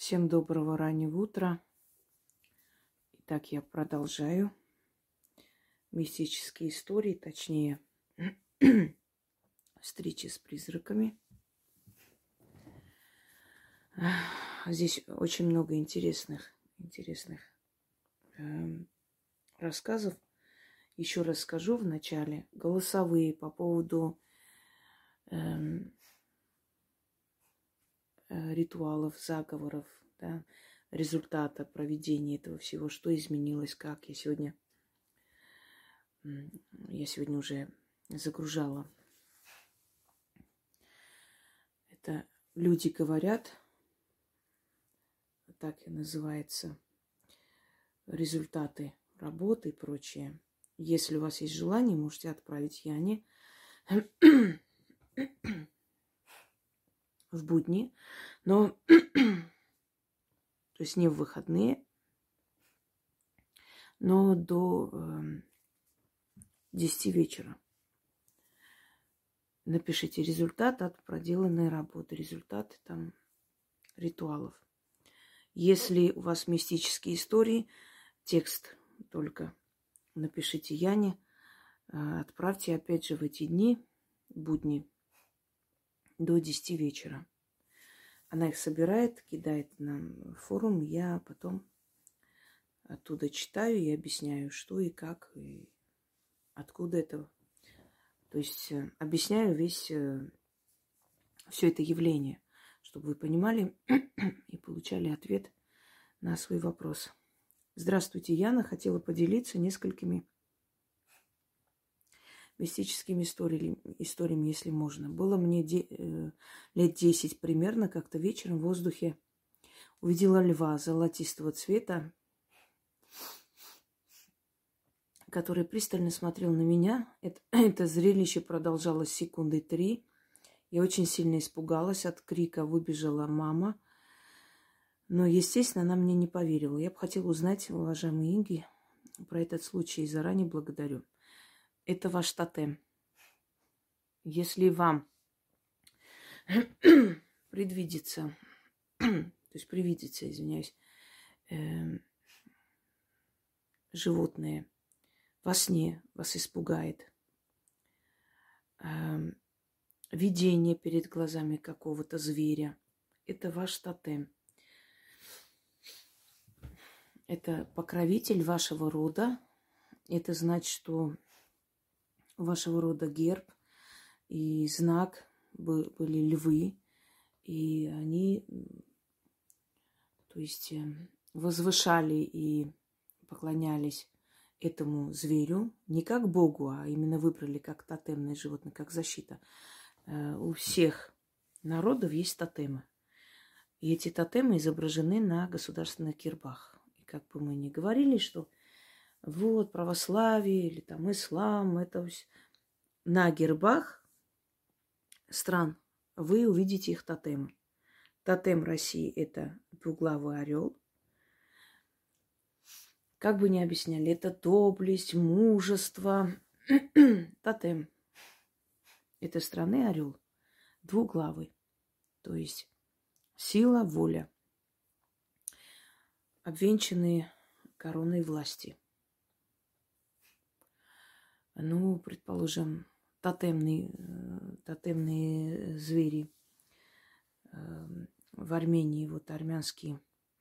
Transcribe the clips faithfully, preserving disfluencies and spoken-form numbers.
Всем доброго раннего утра. Итак, я продолжаю мистические истории, точнее, встречи с призраками. Здесь очень много интересных, интересных э, рассказов. Еще раз скажу в начале. Голосовые по поводу э, э, ритуалов, заговоров, да, результата проведения этого всего, что изменилось, как я сегодня, я сегодня уже загружала. Это люди говорят, так и называется, результаты работы и прочее. Если у вас есть желание, можете отправить Яне в будни, но то есть не в выходные, но до э, десяти вечера. Напишите результат от проделанной работы, результаты там ритуалов. Если у вас мистические истории, текст только напишите Яне, отправьте опять же в эти дни, будни, до десяти вечера. Она их собирает, кидает нам в форум, я потом оттуда читаю и объясняю, что и как, и откуда это. То есть объясняю весь, все это явление, чтобы вы понимали и получали ответ на свой вопрос. Здравствуйте, Яна. Хотела поделиться несколькими мистическими историями, историями, если можно. Было мне де, э, лет десять примерно, как-то вечером в воздухе увидела льва золотистого цвета, который пристально смотрел на меня. Это, это зрелище продолжалось секунды три. Я очень сильно испугалась, от крика выбежала мама. Но, естественно, она мне не поверила. Я бы хотела узнать, уважаемый Инги, про этот случай и заранее благодарю. Это ваш тотем. Если вам предвидится, то есть привидится, извиняюсь, э, животное во сне вас испугает, э, видение перед глазами какого-то зверя, это ваш тотем. Это покровитель вашего рода. Это значит, что у вашего рода герб и знак были львы. И они, то есть, возвышали и поклонялись этому зверю не как Богу, а именно выбрали как тотемное животное, как защита. У всех народов есть тотемы. И эти тотемы изображены на государственных гербах. И как бы мы ни говорили, что вот православие или там ислам, это на гербах стран вы увидите их тотемы. Тотем России – это двуглавый орел. Как бы ни объясняли, это доблесть, мужество. Тотем этой страны орел двуглавый, то есть сила, воля, обвенчанные короной власти. Ну, предположим, тотемные, тотемные звери в Армении, вот армянский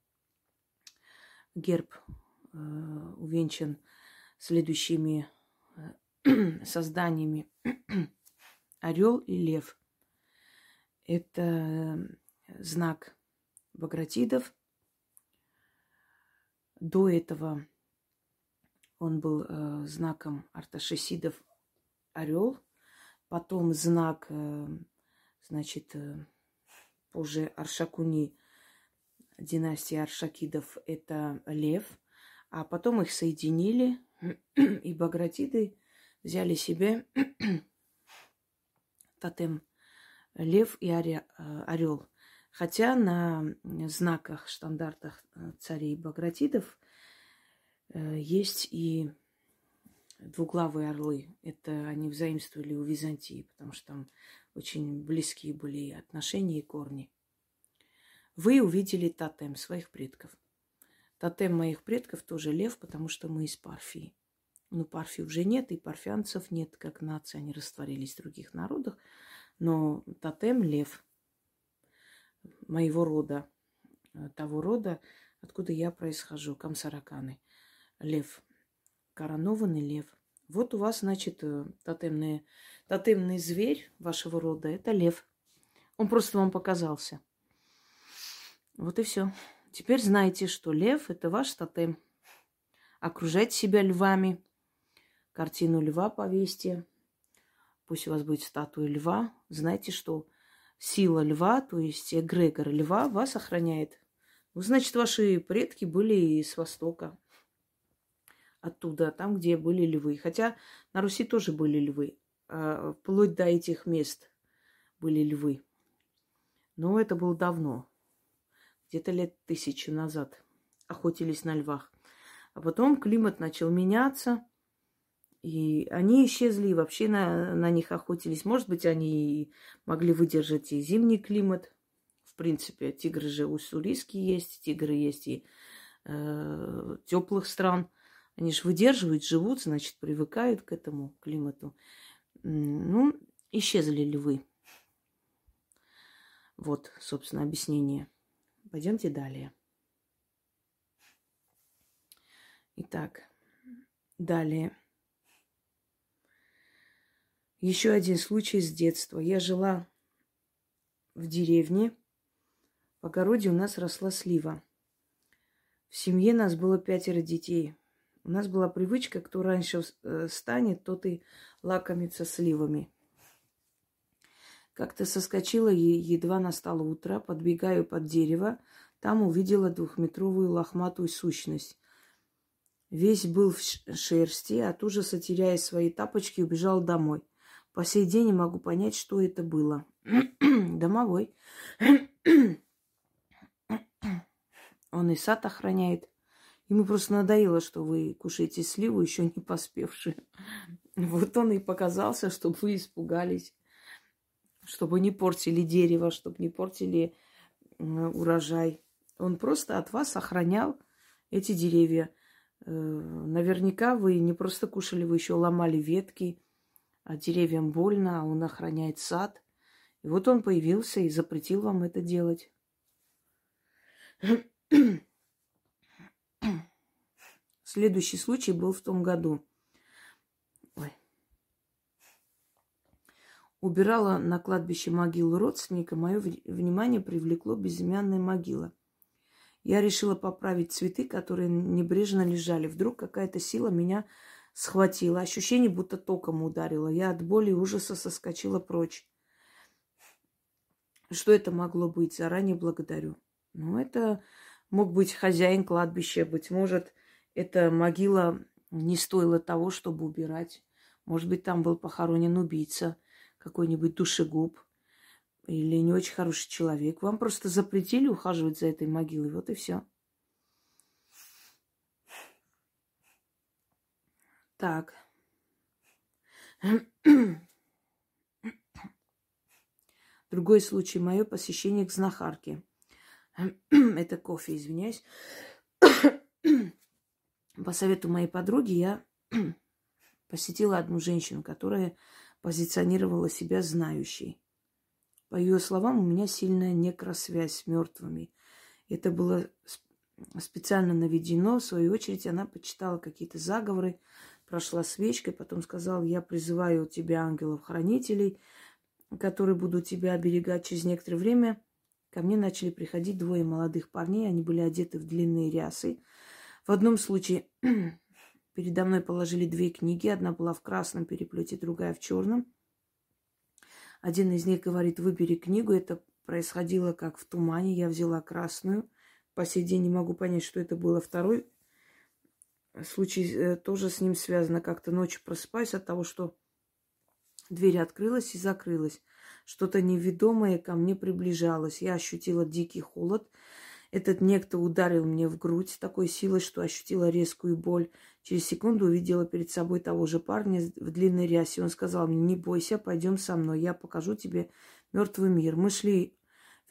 герб увенчан следующими созданиями: орел и лев. Это знак багратидов. До этого он был э, знаком арташесидов орел. Потом знак, э, значит, э, позже Аршакуни, династии Аршакидов, это лев. А потом их соединили, и багратиды взяли себе тотем лев и орел. Хотя на знаках, штандартах царей багратидов есть и двуглавые орлы. Это они взаимствовали у Византии, потому что там очень близкие были отношения и корни. вы увидели тотем своих предков. Тотем моих предков тоже лев, потому что мы из Парфии. Ну, Парфии уже нет, и парфянцев нет, как нация, они растворились в других народах. Но тотем лев моего рода, того рода, откуда я происхожу, Камсараканы. Лев, коронованный лев. Вот у вас, значит, тотемный, тотемный зверь вашего рода – это лев. Он просто вам показался. Вот и все. Теперь знаете, что лев – это ваш тотем. Окружайте себя львами. Картину льва повесьте. Пусть у вас будет статуя льва. Знайте, что сила льва, то есть эгрегор льва, вас охраняет. Ну, значит, ваши предки были с Востока. Оттуда, там, где были львы. Хотя на Руси тоже были львы. А вплоть до этих мест были львы. Но это было давно. Где-то лет тысячу назад охотились на львах. А потом климат начал меняться. И они исчезли, и вообще на, на них охотились. Может быть, они могли выдержать и зимний климат. В принципе, тигры же уссурийские есть, тигры есть и э, теплых стран. Они же выдерживают, живут, значит, привыкают к этому климату. Ну, исчезли львы. Вот, собственно, объяснение. Пойдемте далее. Итак, далее. Еще один случай с детства. Я жила в деревне. В огороде у нас росла слива. В семье нас было пятеро детей. У нас была привычка, кто раньше встанет, тот и лакомится сливами. Как-то соскочила, и едва настало утро, подбегаю под дерево. Там увидела двухметровую лохматую сущность. Весь был в шерсти, от ужаса, теряя свои тапочки, убежал домой. По сей день не могу понять, что это было. Домовой. Он и сад охраняет. Ему просто надоело, что вы кушаете сливу, еще не поспевшие. Вот он и показался, чтобы вы испугались. Чтобы не портили дерево, чтобы не портили урожай. Он просто от вас охранял эти деревья. Наверняка вы не просто кушали, вы еще ломали ветки. А деревьям больно, а он охраняет сад. И вот он появился и запретил вам это делать. Следующий случай был в том году. Ой. Убирала на кладбище могилу родственника. Мое внимание привлекло безымянная могила. Я решила поправить цветы, которые небрежно лежали. Вдруг какая-то сила меня схватила. Ощущение, будто током ударило. Я от боли и ужаса соскочила прочь. Что это могло быть? Заранее благодарю. Ну, это мог быть хозяин кладбища. Быть может, эта могила не стоила того, чтобы убирать. Может быть, там был похоронен убийца, какой-нибудь душегуб или не очень хороший человек. Вам просто запретили ухаживать за этой могилой. Вот и все. Так. Другой случай. Мое посещение к знахарке. Это кофе, извиняюсь. По совету моей подруги я посетила одну женщину, которая позиционировала себя знающей. По ее словам, у меня сильная некросвязь с мертвыми. Это было специально наведено. В свою очередь она почитала какие-то заговоры, прошла свечкой, потом сказала: я призываю у тебя ангелов-хранителей, которые будут тебя оберегать. Через некоторое время ко мне начали приходить двое молодых парней. Они были одеты в длинные рясы. В одном случае передо мной положили две книги. Одна была в красном переплете, другая в черном. Один из них говорит: выбери книгу. Это происходило как в тумане. Я взяла красную. По сей день не могу понять, что это было. Второй случай тоже с ним связано. Как-то ночью просыпаюсь от того, что дверь открылась и закрылась. Что-то неведомое ко мне приближалось. Я ощутила дикий холод. Этот некто ударил мне в грудь с такой силой, что ощутила резкую боль. Через секунду увидела перед собой того же парня в длинной рясе. Он сказал мне: не бойся, пойдем со мной, я покажу тебе мертвый мир. Мы шли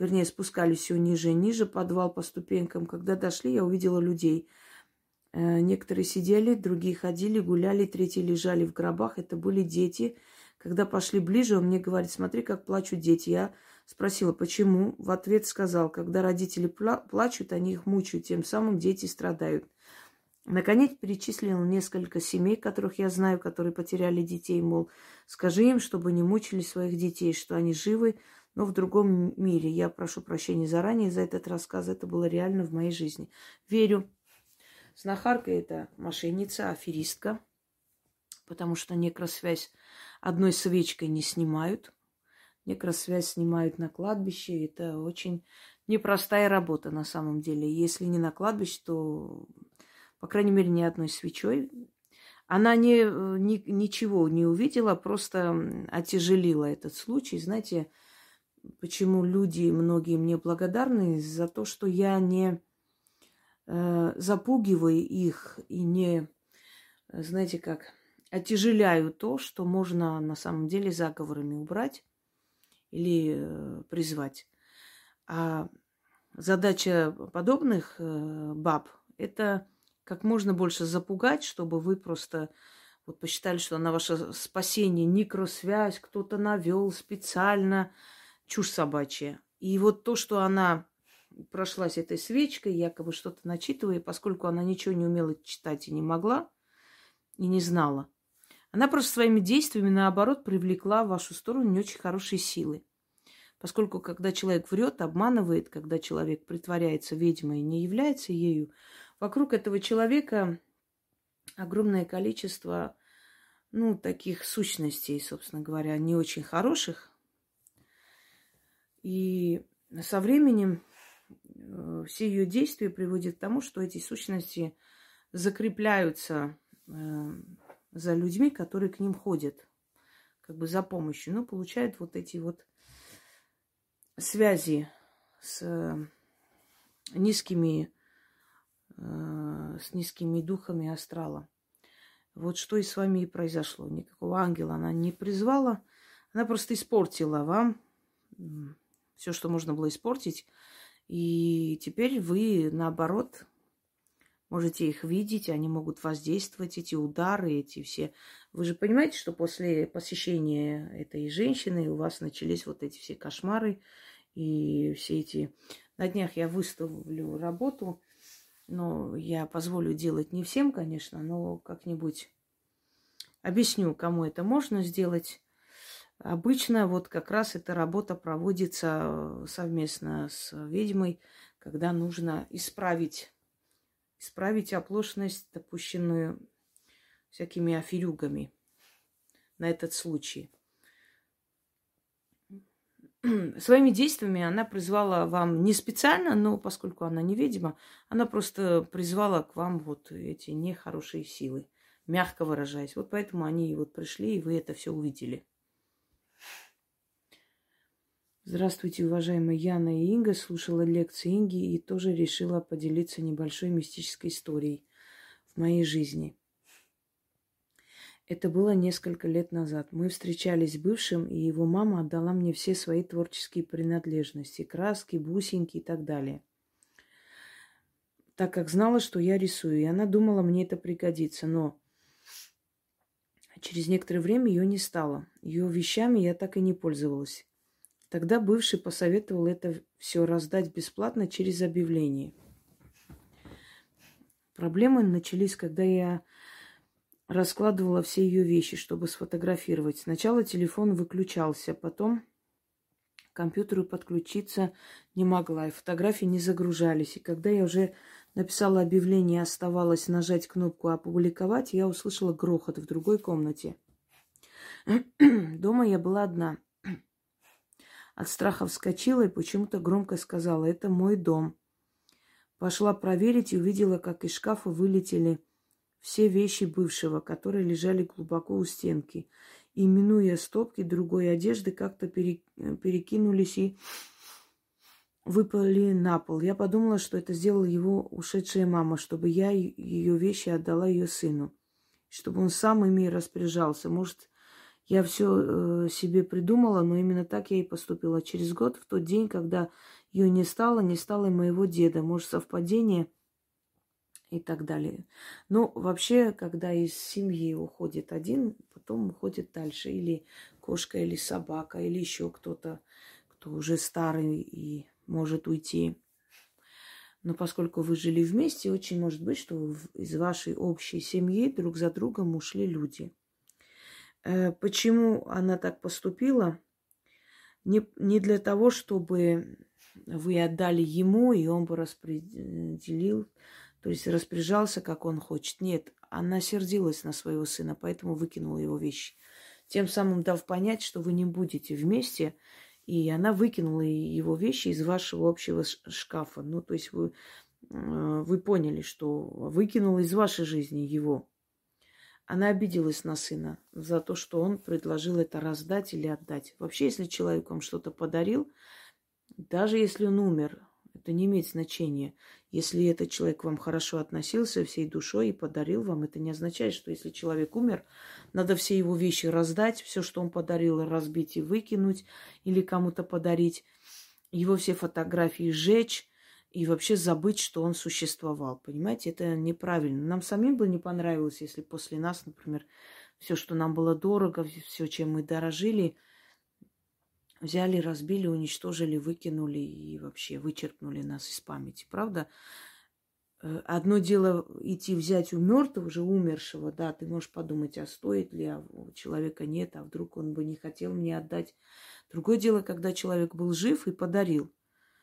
вернее, спускались все ниже и ниже, подвал по ступенькам. Когда дошли, я увидела людей. Некоторые сидели, другие ходили, гуляли, третьи лежали в гробах. Это были дети. Когда пошли ближе, он мне говорит: смотри, как плачут дети. Я спросила, почему? В ответ сказал: когда родители пла- плачут, они их мучают, тем самым дети страдают. Наконец перечислил несколько семей, которых я знаю, которые потеряли детей, мол, скажи им, чтобы не мучили своих детей, что они живы, но в другом мире. Я прошу прощения заранее за этот рассказ, это было реально в моей жизни. Верю. Знахарка – это мошенница, аферистка, потому что некросвязь одной свечкой не снимают. Некросвязь снимают на кладбище. Это очень непростая работа на самом деле. Если не на кладбище, то, по крайней мере, ни одной свечой. Она не, ни, ничего не увидела, просто отяжелила этот случай. Знаете, почему люди, многие мне благодарны? За то, что я не э, запугиваю их и не, знаете как, отяжеляю то, что можно на самом деле заговорами убрать или э, призвать. А задача подобных э, баб – это как можно больше запугать, чтобы вы просто вот посчитали, что на ваше спасение некросвязь кто-то навел специально, чушь собачья. И вот то, что она прошлась этой свечкой, якобы что-то начитывая, поскольку она ничего не умела читать и не могла, и не знала, она просто своими действиями, наоборот, привлекла в вашу сторону не очень хорошие силы. Поскольку, когда человек врет, обманывает, когда человек притворяется ведьмой и не является ею, вокруг этого человека огромное количество, ну, таких сущностей, собственно говоря, не очень хороших. И со временем все ее действия приводят к тому, что эти сущности закрепляются за людьми, которые к ним ходят, как бы за помощью. Ну, получают вот эти вот связи с низкими, с низкими духами астрала. Вот что и с вами и произошло. Никакого ангела она не призвала. Она просто испортила вам все, что можно было испортить. И теперь вы, наоборот, можете их видеть, они могут воздействовать, эти удары, эти все. Вы же понимаете, что после посещения этой женщины у вас начались вот эти все кошмары и все эти... На днях я выставлю работу, но я позволю делать не всем, конечно, но как-нибудь объясню, кому это можно сделать. Обычно вот как раз эта работа проводится совместно с ведьмой, когда нужно исправить, исправить оплошность, допущенную всякими аферюгами на этот случай. Своими действиями она призвала вам не специально, но поскольку она не ведьма, она просто призвала к вам вот эти нехорошие силы, мягко выражаясь. Вот поэтому они вот пришли, и вы это все увидели. Здравствуйте, уважаемые Яна и Инга. Слушала лекции Инги и тоже решила поделиться небольшой мистической историей в моей жизни. Это было несколько лет назад. Мы встречались с бывшим, и его мама отдала мне все свои творческие принадлежности, краски, бусинки и так далее. Так как знала, что я рисую, и она думала, мне это пригодится. Но через некоторое время ее не стало. Ее вещами я так и не пользовалась. Тогда бывший посоветовал это все раздать бесплатно через объявление. Проблемы начались, когда я раскладывала все ее вещи, чтобы сфотографировать. Сначала телефон выключался, потом к компьютеру подключиться не могла, и фотографии не загружались. И когда я уже написала объявление, оставалось нажать кнопку «Опубликовать», я услышала грохот в другой комнате. Дома я была одна. От страха вскочила и почему-то громко сказала: «Это мой дом». Пошла проверить и увидела, как из шкафа вылетели все вещи бывшего, которые лежали глубоко у стенки. И, минуя стопки другой одежды, как-то перекинулись и выпали на пол. Я подумала, что это сделала его ушедшая мама, чтобы я ее вещи отдала ее сыну, чтобы он сам ими распоряжался. Может, Я все себе придумала, но именно так я и поступила. Через год, в тот день, когда ее не стало, не стало и моего деда. Может, совпадение и так далее. Но вообще, когда из семьи уходит один, потом уходит дальше. Или кошка, или собака, или еще кто-то, кто уже старый и может уйти. Но поскольку вы жили вместе, очень может быть, что из вашей общей семьи друг за другом ушли люди. Почему она так поступила? Не, не для того, чтобы вы отдали ему, и он бы распределил, то есть распоряжался, как он хочет. Нет, она сердилась на своего сына, поэтому выкинула его вещи. Тем самым дав понять, что вы не будете вместе, и она выкинула его вещи из вашего общего шкафа. Ну, то есть вы, вы поняли, что выкинула из вашей жизни его. Она обиделась на сына за то, что он предложил это раздать или отдать. Вообще, если человек вам что-то подарил, даже если он умер, это не имеет значения. Если этот человек к вам хорошо относился всей душой и подарил вам, это не означает, что если человек умер, надо все его вещи раздать, все, что он подарил, разбить и выкинуть, или кому-то подарить, его все фотографии сжечь, и вообще забыть, что он существовал. Понимаете, это неправильно. Нам самим бы не понравилось, если после нас, например, все, что нам было дорого, все, чем мы дорожили, взяли, разбили, уничтожили, выкинули и вообще вычеркнули нас из памяти. Правда? Одно дело идти взять у мертвого, уже умершего, да, ты можешь подумать, а стоит ли, а у человека нет, а вдруг он бы не хотел мне отдать. Другое дело, когда человек был жив и подарил.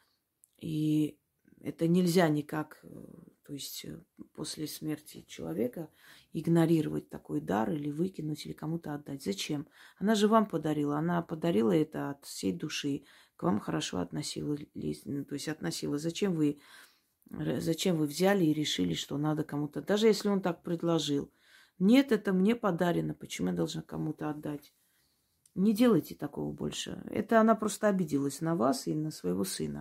И это нельзя никак, то есть после смерти человека игнорировать такой дар или выкинуть, или кому-то отдать. Зачем? Она же вам подарила. Она подарила это от всей души. К вам хорошо относилась, то есть относилась. Зачем вы, зачем вы взяли и решили, что надо кому-то, даже если он так предложил. Нет, это мне подарено. Почему я должна кому-то отдать? Не делайте такого больше. Это она просто обиделась на вас и на своего сына.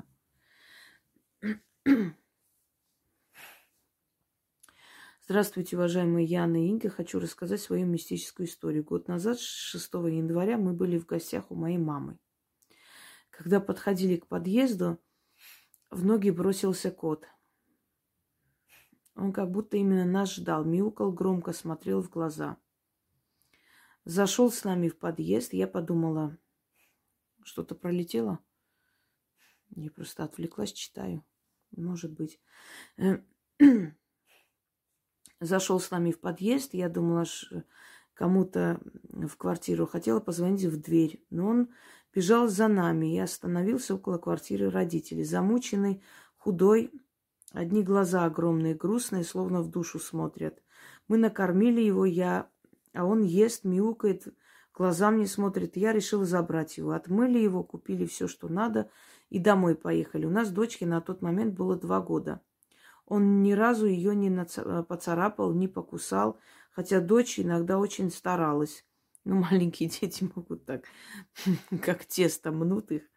Здравствуйте, уважаемые Яна и Инга. Хочу рассказать свою мистическую историю. Год назад, шестого января, мы были в гостях у моей мамы. Когда подходили к подъезду, в ноги бросился кот. Он как будто именно нас ждал, мяукал громко, смотрел в глаза. Зашел с нами в подъезд, я подумала, что-то пролетело. Я просто отвлеклась, читаю. Может быть. Зашел с нами в подъезд. Я думала, что кому-то в квартиру. Хотела позвонить в дверь. Но он бежал за нами и остановился около квартиры родителей. Замученный, худой. Одни глаза огромные, грустные, словно в душу смотрят. Мы накормили его, я... а он ест, мяукает, глазам не смотрит. Я решила забрать его. Отмыли его, купили все, что надо. И домой поехали. У нас дочке на тот момент было два года. Он ни разу ее не поцарапал, не покусал, хотя дочь иногда очень старалась. Ну, маленькие дети могут так, как тесто, мнут их.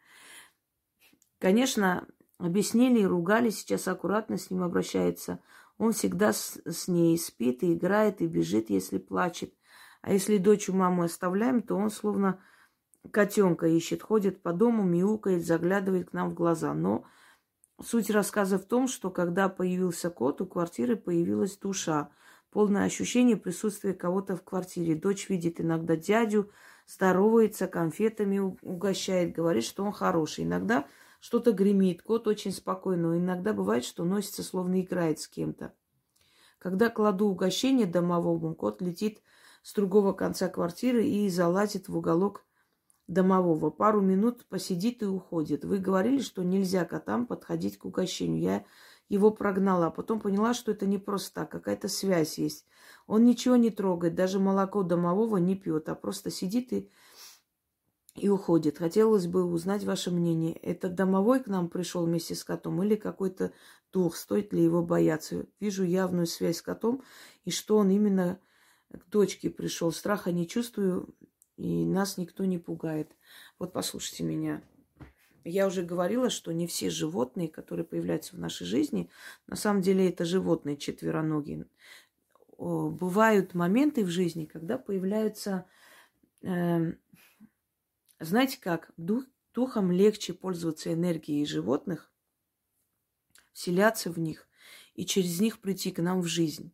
Конечно, объяснили и ругали, сейчас аккуратно с ним обращается. Он всегда с, с ней спит и играет, и бежит, если плачет. А если дочь у мамы оставляем, то он словно... котенка ищет, ходит по дому, мяукает, заглядывает к нам в глаза. Но суть рассказа в том, что когда появился кот, у квартиры появилась душа. Полное ощущение присутствия кого-то в квартире. Дочь видит иногда дядю, здоровается, конфетами угощает, говорит, что он хороший. Иногда что-то гремит, кот очень спокойный. Но иногда бывает, что носится, словно играет с кем-то. Когда кладу угощение домовому, кот летит с другого конца квартиры и залазит в уголок домового. Пару минут посидит и уходит. Вы говорили, что нельзя котам подходить к угощению. Я его прогнала, а потом поняла, что это не просто так, какая-то связь есть. Он ничего не трогает, даже молоко домового не пьет, а просто сидит и, и уходит. Хотелось бы узнать ваше мнение. Это домовой к нам пришел вместе с котом или какой-то дух? Стоит ли его бояться? Вижу явную связь с котом, и что он именно к дочке пришел. Страха не чувствую, и нас никто не пугает. Вот послушайте меня. Я уже говорила, что не все животные, которые появляются в нашей жизни, на самом деле это животные четвероногие. Бывают моменты в жизни, когда появляются Эм, знаете как? Дух, духом легче пользоваться энергией животных, вселяться в них и через них прийти к нам в жизнь.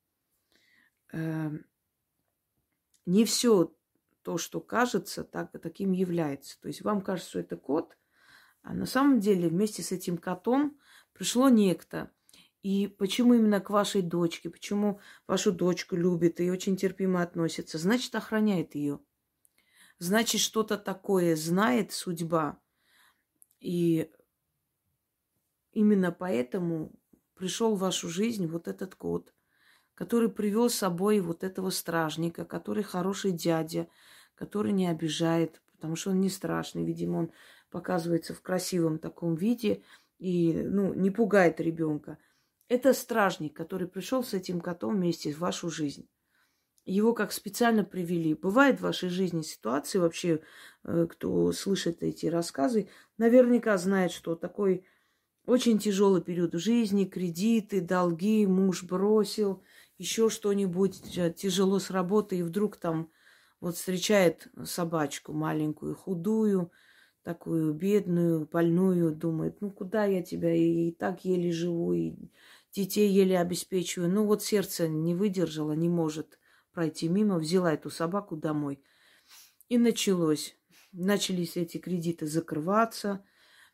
Эм, не все то, что кажется, так, таким является. То есть вам кажется, что это кот, а на самом деле вместе с этим котом пришло некто. И почему именно к вашей дочке, почему вашу дочку любит и очень терпимо относится, значит, охраняет ее. Значит, что-то такое знает судьба. И именно поэтому пришел в вашу жизнь вот этот кот, который привел с собой вот этого стражника, который хороший дядя, который не обижает, потому что он не страшный. Видимо, он показывается в красивом таком виде и, ну, не пугает ребенка. Это стражник, который пришел с этим котом вместе в вашу жизнь. Его как специально привели. Бывает в вашей жизни ситуации, вообще, кто слышит эти рассказы, наверняка знает, что такой очень тяжелый период в жизни, кредиты, долги, муж бросил, еще что-нибудь, тяжело с работы, и вдруг там вот встречает собачку маленькую, худую, такую бедную, больную, думает, ну куда я тебя, и, и так еле живу, и детей еле обеспечиваю. Ну вот сердце не выдержало, не может пройти мимо, взяла эту собаку домой. И началось. Начались эти кредиты закрываться,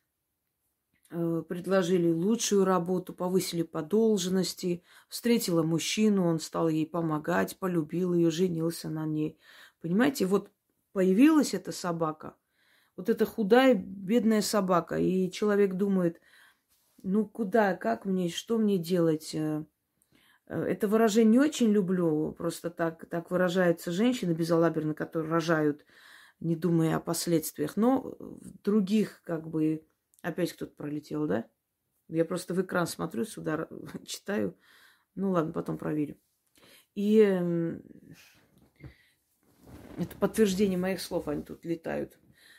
предложили лучшую работу, повысили по должности, встретила мужчину, он стал ей помогать, полюбил ее, женился на ней. Понимаете, вот появилась эта собака, вот эта худая, бедная собака, и человек думает, ну куда, как мне, что мне делать? Это выражение не очень люблю, просто так, так выражаются женщины безалаберно, которые рожают, не думая о последствиях. Но в других, как бы, опять кто-то пролетел, да? Я просто в экран смотрю сюда, читаю. Ну ладно, потом проверю. И э, это подтверждение моих слов, они тут летают.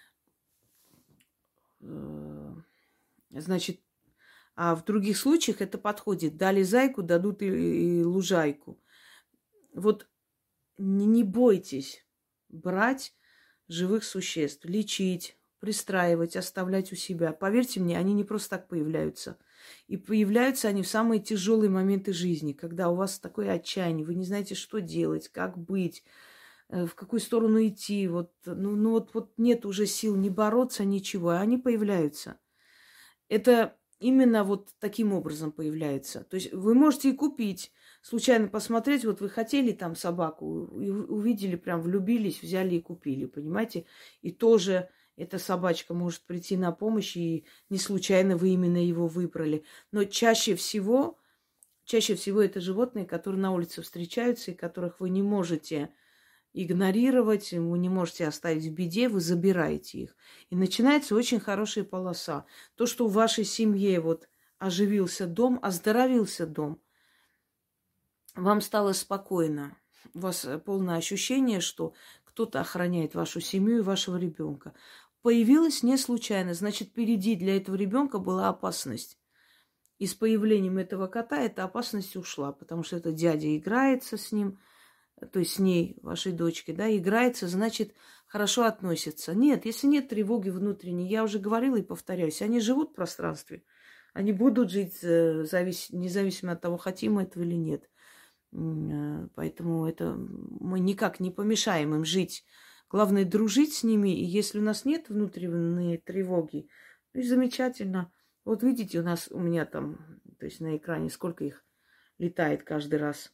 Э, значит, а в других случаях это подходит. Дали зайку, дадут и, и лужайку. Вот не, не бойтесь брать живых существ, лечить, пристраивать, оставлять у себя. Поверьте мне, они не просто так появляются. И появляются они в самые тяжелые моменты жизни, когда у вас такое отчаяние, вы не знаете, что делать, как быть, в какую сторону идти. Вот, ну, ну вот, вот нет уже сил не бороться, ничего, а они появляются. Это именно вот таким образом появляется. То есть вы можете и купить, случайно посмотреть, вот вы хотели там собаку, и увидели, прям влюбились, взяли и купили, понимаете? И тоже эта собачка может прийти на помощь, и не случайно вы именно его выбрали. Но чаще всего, чаще всего это животные, которые на улице встречаются, и которых вы не можете игнорировать, вы не можете оставить в беде, вы забираете их. И начинается очень хорошая полоса. То, что в вашей семье вот оживился дом, оздоровился дом, вам стало спокойно. У вас полное ощущение, что кто-то охраняет вашу семью и вашего ребенка. Появилось не случайно, значит, впереди для этого ребенка была опасность. И с появлением этого кота эта опасность ушла, потому что этот дядя играется с ним, то есть с ней, вашей дочкой, да, играется, значит, хорошо относится. Нет, если нет тревоги внутренней, я уже говорила и повторяюсь, они живут в пространстве, они будут жить завис... независимо от того, хотим мы этого или нет. Поэтому это мы никак не помешаем им жить. Главное, дружить с ними, и если у нас нет внутренней тревоги, ну и замечательно. Вот видите, у нас, у меня там, то есть на экране, сколько их летает каждый раз.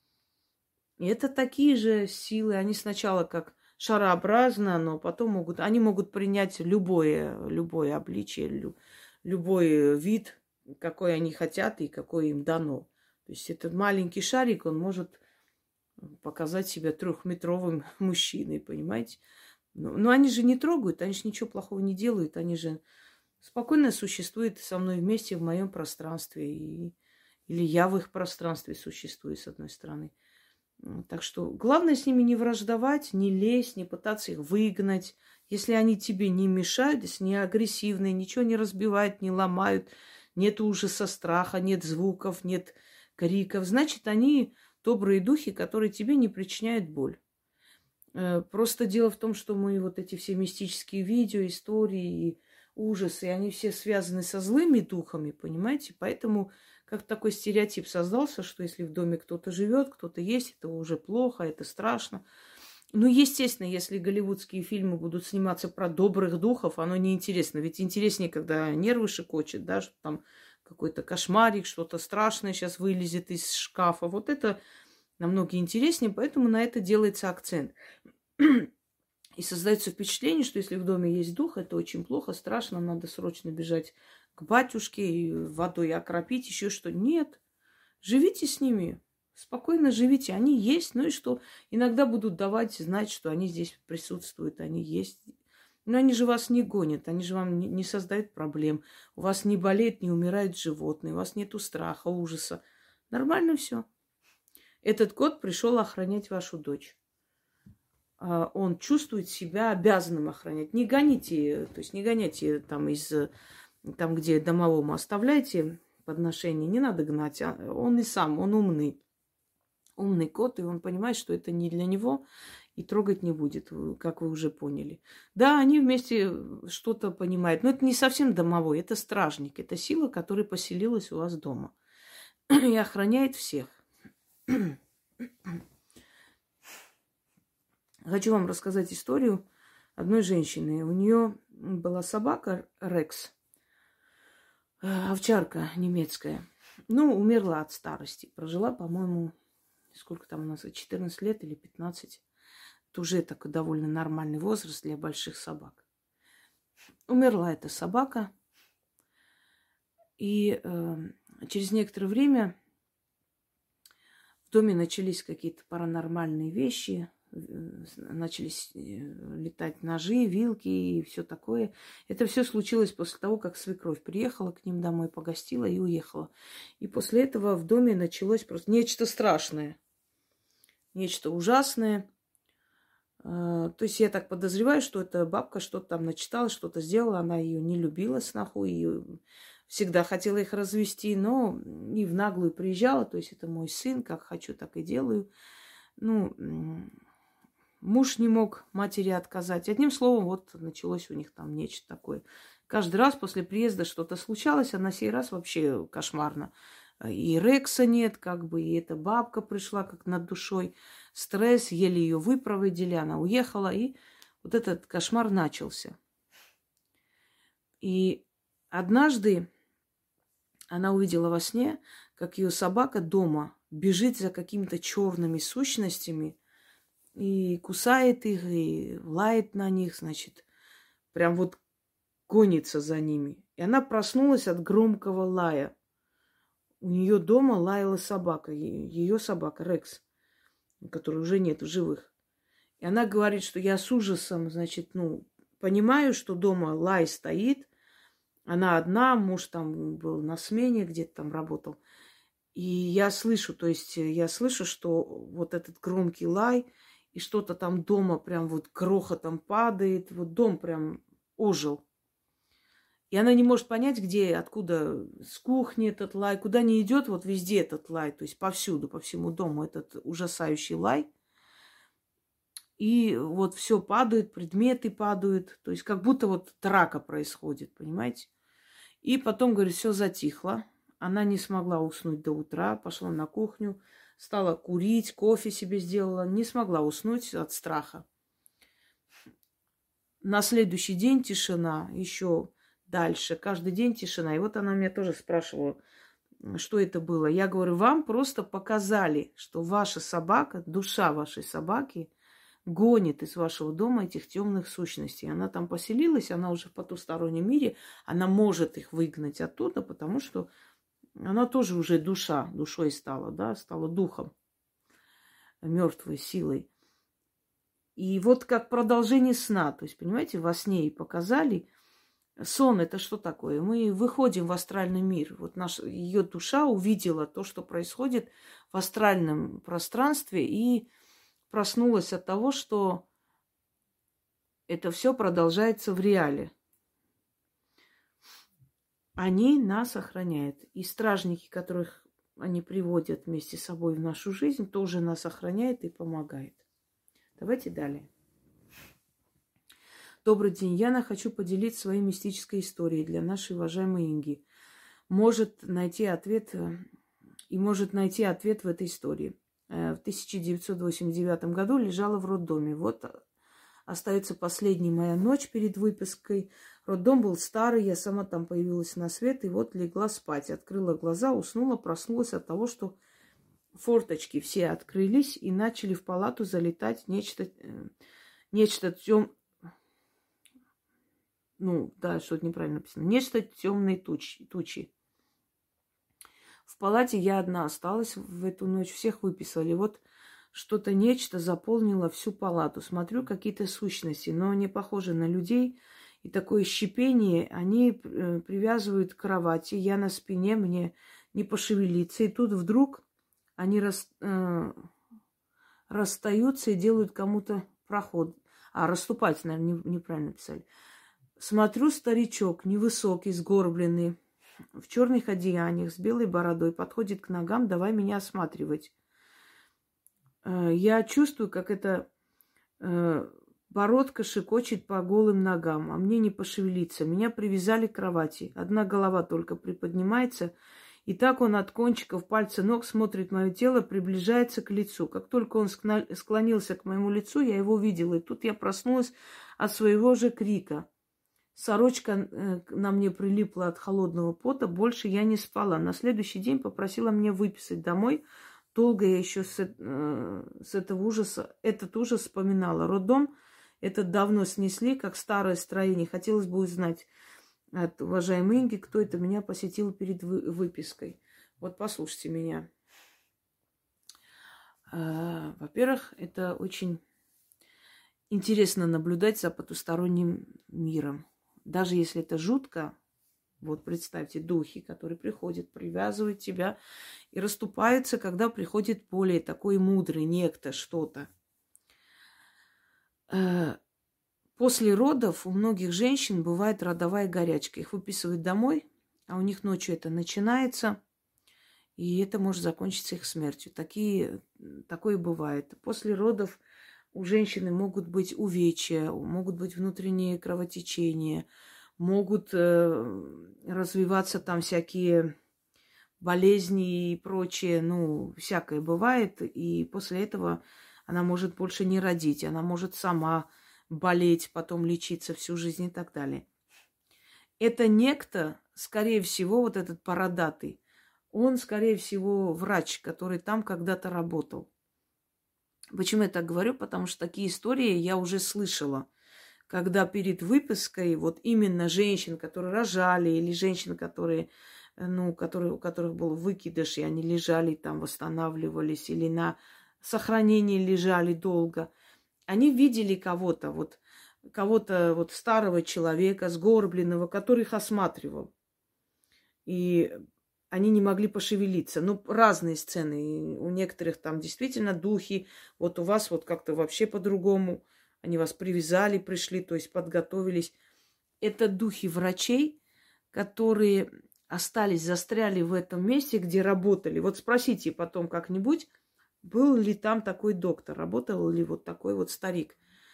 И это такие же силы, они сначала как шарообразно, но потом могут, они могут принять любое, любое обличие, лю, любой вид, какой они хотят и какой им дано. То есть этот маленький шарик, он может показать себя трехметровым мужчиной, понимаете? Но, но они же не трогают, они же ничего плохого не делают, они же спокойно существуют со мной вместе в моем пространстве. И, или я в их пространстве существую, с одной стороны. Так что главное с ними не враждовать, не лезть, не пытаться их выгнать. Если они тебе не мешают, если не агрессивные, ничего не разбивают, не ломают, нет ужаса, страха, нет звуков, нет криков, значит, они добрые духи, которые тебе не причиняют боль. Просто дело в том, что мы вот эти все мистические видео, истории, ужасы, они все связаны со злыми духами, понимаете? Поэтому как такой стереотип создался, что если в доме кто-то живет, кто-то есть, это уже плохо, это страшно. Ну, естественно, если голливудские фильмы будут сниматься про добрых духов, оно неинтересно. Ведь интереснее, когда нервы шекочет, да, что там какой-то кошмарик, что-то страшное сейчас вылезет из шкафа. Вот это намного интереснее, поэтому на это делается акцент. И создается впечатление, что если в доме есть дух, это очень плохо, страшно, надо срочно бежать к батюшке и водой окропить, еще что. Нет, живите с ними, спокойно живите. Они есть, ну и что? Иногда будут давать знать, что они здесь присутствуют, они есть. Но они же вас не гонят, они же вам не создают проблем. У вас не болеет, не умирают животные, у вас нету страха, ужаса. Нормально все. Этот кот пришел охранять вашу дочь. Он чувствует себя обязанным охранять. Не гоните, то есть не гоняйте там из, там, где домовому оставляйте подношение, не надо гнать. Он и сам, он умный. Умный кот, и он понимает, что это не для него, и трогать не будет, как вы уже поняли. Да, они вместе что-то понимают, но это не совсем домовой, это стражник, это сила, которая поселилась у вас дома и охраняет всех. Хочу вам рассказать историю одной женщины. У нее была собака Рекс, овчарка немецкая. Ну, умерла от старости. Прожила, по-моему, сколько там у нас, четырнадцать лет или пятнадцать. Это уже такой довольно нормальный возраст для больших собак. Умерла эта собака. И э, через некоторое время в доме начались какие-то паранормальные вещи. Начались летать ножи, вилки и все такое. Это все случилось после того, как свекровь приехала к ним домой, погостила и уехала. И после этого в доме началось просто нечто страшное, нечто ужасное. То есть я так подозреваю, что эта бабка что-то там начитала, что-то сделала. Она ее не любила, сноху, и всегда хотела их развести, но и в наглую приезжала. То есть это мой сын, как хочу, так и делаю. Ну, муж не мог матери отказать. Одним словом, вот началось у них там нечто такое. Каждый раз после приезда что-то случалось, а на сей раз вообще кошмарно. И Рекса нет, как бы, и эта бабка пришла как над душой. Стресс, еле ее выпроводили, она уехала, и вот этот кошмар начался. И однажды она увидела во сне, как ее собака дома бежит за какими-то черными сущностями, и кусает их, и лает на них, значит, прям вот гонится за ними. И она проснулась от громкого лая. У нее дома лаяла собака, ее собака Рекс, которой уже нет в живых. И она говорит, что я с ужасом, значит, ну, понимаю, что дома лай стоит. Она одна, муж там был на смене, где-то там работал. И я слышу, то есть я слышу, что вот этот громкий лай, и что-то там дома прям вот грохотом падает. Вот дом прям ожил. И она не может понять, где, откуда, с кухни этот лай, куда не идет, вот везде этот лай. То есть повсюду, по всему дому этот ужасающий лай. И вот все падает, предметы падают. То есть как будто вот драка происходит, понимаете? И потом, говорит, все затихло. Она не смогла уснуть до утра, пошла на кухню. Стала курить, кофе себе сделала. Не смогла уснуть от страха. На следующий день тишина. Еще дальше. Каждый день тишина. И вот она меня тоже спрашивала, что это было. Я говорю, вам просто показали, что ваша собака, душа вашей собаки гонит из вашего дома этих темных сущностей. Она там поселилась, она уже в потустороннем мире. Она может их выгнать оттуда, потому что она тоже уже душа, душой стала, да, стала духом, мертвой силой. И вот как продолжение сна, то есть, понимаете, во сне и показали. Сон – это что такое? Мы выходим в астральный мир. Вот наша, ее душа увидела то, что происходит в астральном пространстве, и проснулась от того, что это все продолжается в реале. Они нас охраняют. И стражники, которых они приводят вместе с собой в нашу жизнь, тоже нас охраняют и помогают. Давайте далее. Добрый день. Яна, хочу поделиться своей мистической историей для нашей уважаемой Инги. Может найти ответ и может найти ответ в этой истории. В тысяча девятьсот восемьдесят девятом году лежала в роддоме. Вот остается последняя моя ночь перед выпиской. Роддом был старый, я сама там появилась на свет, и вот легла спать. Открыла глаза, уснула, проснулась от того, что форточки все открылись, и начали в палату залетать нечто, нечто тем... Ну, да, что-то неправильно написано. Нечто темные тучи, тучи. В палате я одна осталась в эту ночь, всех выписали. Вот что-то нечто заполнило всю палату. Смотрю, какие-то сущности, но не похожи на людей. И такое щипение они привязывают к кровати. Я на спине, мне не пошевелиться. И тут вдруг они рас, э, расстаются и делают кому-то проход. А, расступаются, наверное, не, неправильно писали. Смотрю, старичок, невысокий, сгорбленный, в черных одеяниях, с белой бородой, подходит к ногам, давай меня осматривать. Я чувствую, как эта бородка шикочет по голым ногам, а мне не пошевелиться. Меня привязали к кровати. Одна голова только приподнимается, и так он от кончиков пальца ног смотрит мое тело, приближается к лицу. Как только он склонился к моему лицу, я его видела, и тут я проснулась от своего же крика. Сорочка на мне прилипла от холодного пота, больше я не спала. На следующий день попросила меня выписать домой. Долго я еще с, с этого ужаса, этот ужас вспоминала. Роддом этот давно снесли, как старое строение. Хотелось бы узнать от уважаемой Инги, кто это меня посетил перед выпиской. Вот послушайте меня. Во-первых, это очень интересно наблюдать за потусторонним миром. Даже если это жутко, вот представьте, духи, которые приходят, привязывают тебя и расступаются, когда приходит более такой мудрый некто, что-то. После родов у многих женщин бывает родовая горячка. Их выписывают домой, а у них ночью это начинается, и это может закончиться их смертью. Такие, такое бывает. После родов у женщины могут быть увечья, могут быть внутренние кровотечения, могут э, развиваться там всякие болезни и прочее. Ну, всякое бывает. И после этого она может больше не родить. Она может сама болеть, потом лечиться всю жизнь и так далее. Это некто, скорее всего, вот этот бородатый, он, скорее всего, врач, который там когда-то работал. Почему я так говорю? Потому что такие истории я уже слышала. Когда перед выпиской вот именно женщин, которые рожали, или женщин, которые, ну, которые, у которых был выкидыш, и они лежали там, восстанавливались, или на сохранении лежали долго, они видели кого-то, вот, кого-то вот старого человека, сгорбленного, который их осматривал. И они не могли пошевелиться. Ну, разные сцены. У некоторых там действительно духи. Вот у вас вот как-то вообще по-другому. Они вас привязали, пришли, то есть подготовились. Это духи врачей, которые остались, застряли в этом месте, где работали. Вот спросите потом как-нибудь, был ли там такой доктор, работал ли вот такой вот старик,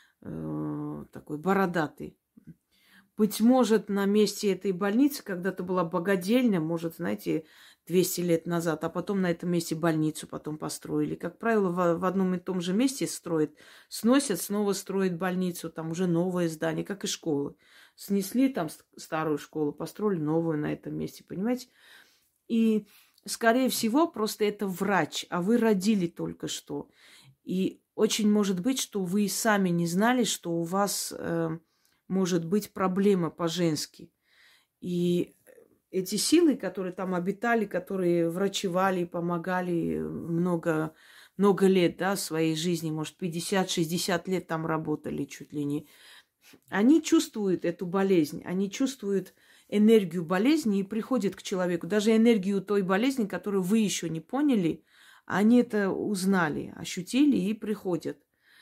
э, такой бородатый. Быть может, на месте этой больницы когда-то была богадельня, может, знаете, двести лет назад, а потом на этом месте больницу потом построили. Как правило, в, в одном и том же месте строят, сносят, снова строят больницу, там уже новое здание, как и школы. Снесли там старую школу, построили новую на этом месте, понимаете? И, скорее всего, просто это врач, а вы родили только что. И очень может быть, что вы сами не знали, что у вас... Э, может быть проблема по-женски. И эти силы, которые там обитали, которые врачевали, помогали много, много лет, да, своей жизни, может, пятьдесят-шестьдесят лет там работали чуть ли не, они чувствуют эту болезнь, они чувствуют энергию болезни и приходят к человеку. Даже энергию той болезни, которую вы еще не поняли, они это узнали, ощутили и приходят.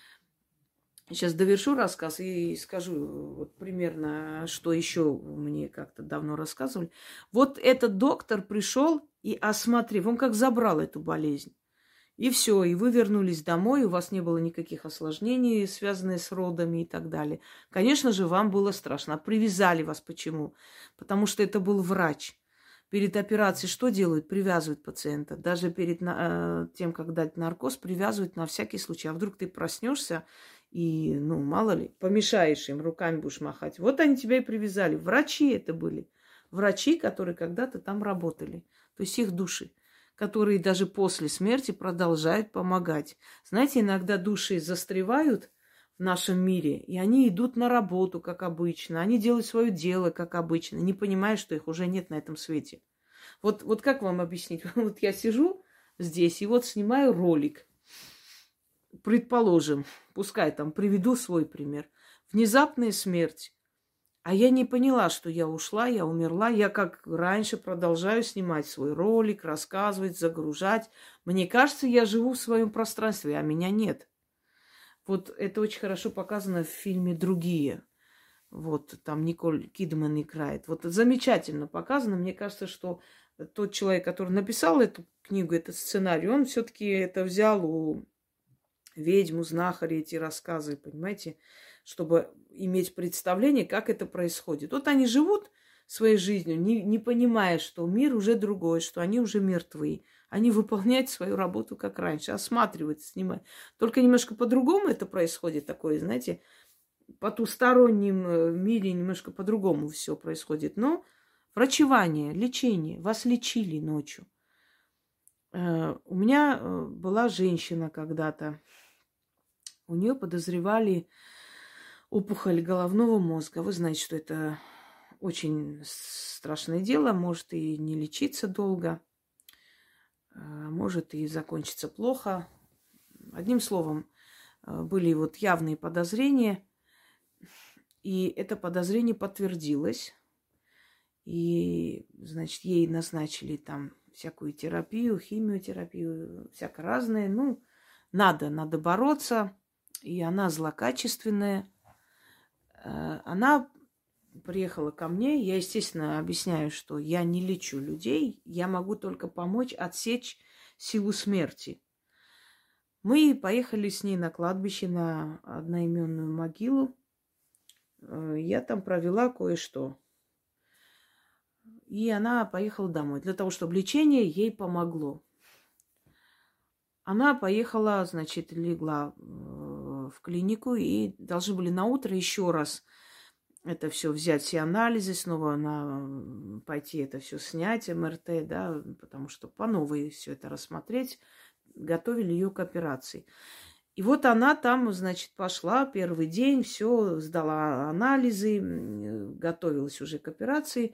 Сейчас довершу рассказ и скажу вот примерно, что еще мне как-то давно рассказывали. Вот этот доктор пришел и осмотрев, он как забрал эту болезнь. И все, и вы вернулись домой, у вас не было никаких осложнений, связанных с родами и так далее. Конечно же, вам было страшно. А привязали вас почему? Потому что это был врач. Перед операцией что делают? Привязывают пациента. Даже перед э, тем, как дать наркоз, привязывают на всякий случай. А вдруг ты проснешься и, ну, мало ли, помешаешь им, руками будешь махать. Вот они тебя и привязали. Врачи это были. Врачи, которые когда-то там работали. То есть их души, которые даже после смерти продолжают помогать. Знаете, иногда души застревают в нашем мире, и они идут на работу, как обычно. Они делают свое дело, как обычно, не понимая, что их уже нет на этом свете. Вот, вот как вам объяснить? Вот я сижу здесь и вот снимаю ролик. Предположим, пускай там приведу свой пример. Внезапная смерть. А я не поняла, что я ушла, я умерла. Я, как раньше, продолжаю снимать свой ролик, рассказывать, загружать. Мне кажется, я живу в своем пространстве, а меня нет. Вот это очень хорошо показано в фильме «Другие». Вот там Николь Кидман играет. Вот замечательно показано. Мне кажется, что тот человек, который написал эту книгу, этот сценарий, он все-таки это взял у ведьм, знахаря эти рассказы, понимаете, чтобы иметь представление, как это происходит. Вот они живут своей жизнью, не, не понимая, что мир уже другой, что они уже мертвы. Они выполняют свою работу, как раньше, осматривают, снимают. Только немножко по-другому это происходит, такое, знаете, потустороннем мире немножко по-другому все происходит. Но врачевание, лечение, вас лечили ночью. У меня была женщина когда-то, у нее подозревали опухоль головного мозга. Вы знаете, что это очень страшное дело, может и не лечиться долго, может и закончиться плохо. Одним словом, были вот явные подозрения, и это подозрение подтвердилось. И, значит, ей назначили там всякую терапию, химиотерапию, всякое разное. Ну, надо, надо бороться. И она злокачественная. Она приехала ко мне. Я, естественно, объясняю, что я не лечу людей. Я могу только помочь отсечь силу смерти. Мы поехали с ней на кладбище, на одноименную могилу. Я там провела кое-что. И она поехала домой для того, чтобы лечение ей помогло. Она поехала, значит, легла в клинику и должны были на утро еще раз это все взять, все анализы, снова на, пойти это все снять, эм эр тэ, да, потому что по новой все это рассмотреть, готовили ее к операции. И вот она там, значит, пошла первый день, все, сдала анализы, готовилась уже к операции.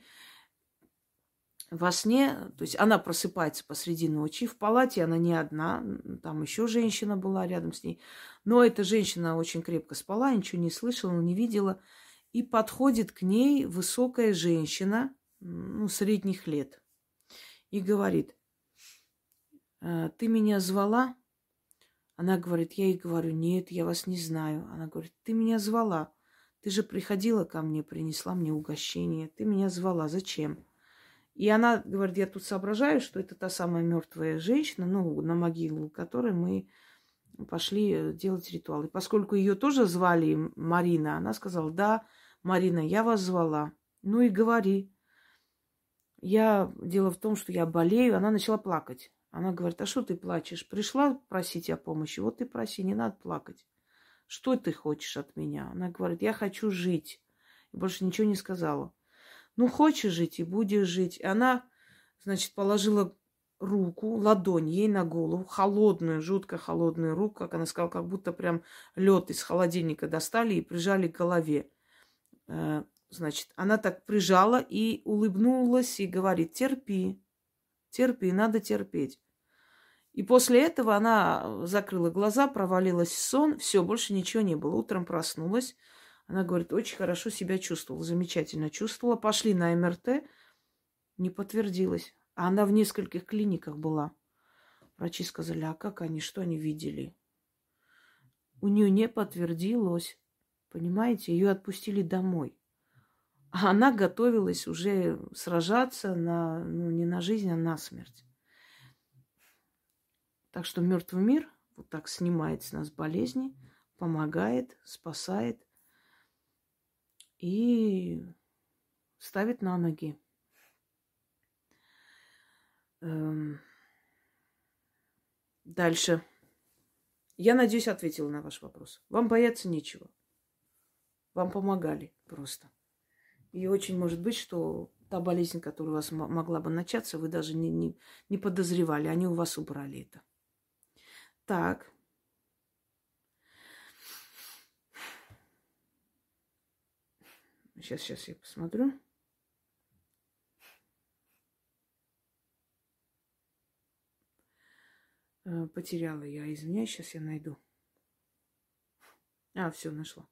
Во сне, то есть она просыпается посреди ночи, в палате она не одна, там еще женщина была рядом с ней. Но эта женщина очень крепко спала, ничего не слышала, не видела. И подходит к ней высокая женщина, ну, средних лет, и говорит: «Ты меня звала?» Она говорит, я ей говорю, нет, я вас не знаю. Она говорит, ты меня звала, ты же приходила ко мне, принесла мне угощение, ты меня звала, зачем? И она говорит, я тут соображаю, что это та самая мертвая женщина, ну, на могилу которой мы пошли делать ритуал. И поскольку ее тоже звали Марина, она сказала, да, Марина, я вас звала. Ну и говори. Я, дело в том, что я болею. Она начала плакать. Она говорит, а что ты плачешь? Пришла просить о помощи, вот ты проси, не надо плакать. Что ты хочешь от меня? Она говорит, я хочу жить. И больше ничего не сказала. Ну, хочешь жить и будешь жить. И она, значит, положила руку, ладонь ей на голову, холодную, жутко холодную руку, как она сказала, как будто прям лед из холодильника достали и прижали к голове. Значит, она так прижала и улыбнулась, и говорит, терпи, терпи, надо терпеть. И после этого она закрыла глаза, провалилась в сон, все, больше ничего не было. Утром проснулась. Она говорит, очень хорошо себя чувствовала, замечательно чувствовала. Пошли на эм эр тэ, не подтвердилось. А она в нескольких клиниках была. Врачи сказали, а как они, что они видели? У нее не подтвердилось. Понимаете, ее отпустили домой. А она готовилась уже сражаться на, ну, не на жизнь, а на смерть. Так что мертвый мир вот так снимает с нас болезни, помогает, спасает и ставит на ноги. Эм, Дальше. Я надеюсь, ответила на ваш вопрос. Вам бояться нечего. Вам помогали просто. И очень может быть, что та болезнь, которая у вас м- могла бы начаться, вы даже не, не, не подозревали. Они у вас убрали это. Так. Сейчас, сейчас я посмотрю. Э, Потеряла я, извиняюсь, сейчас я найду. А, все, нашла.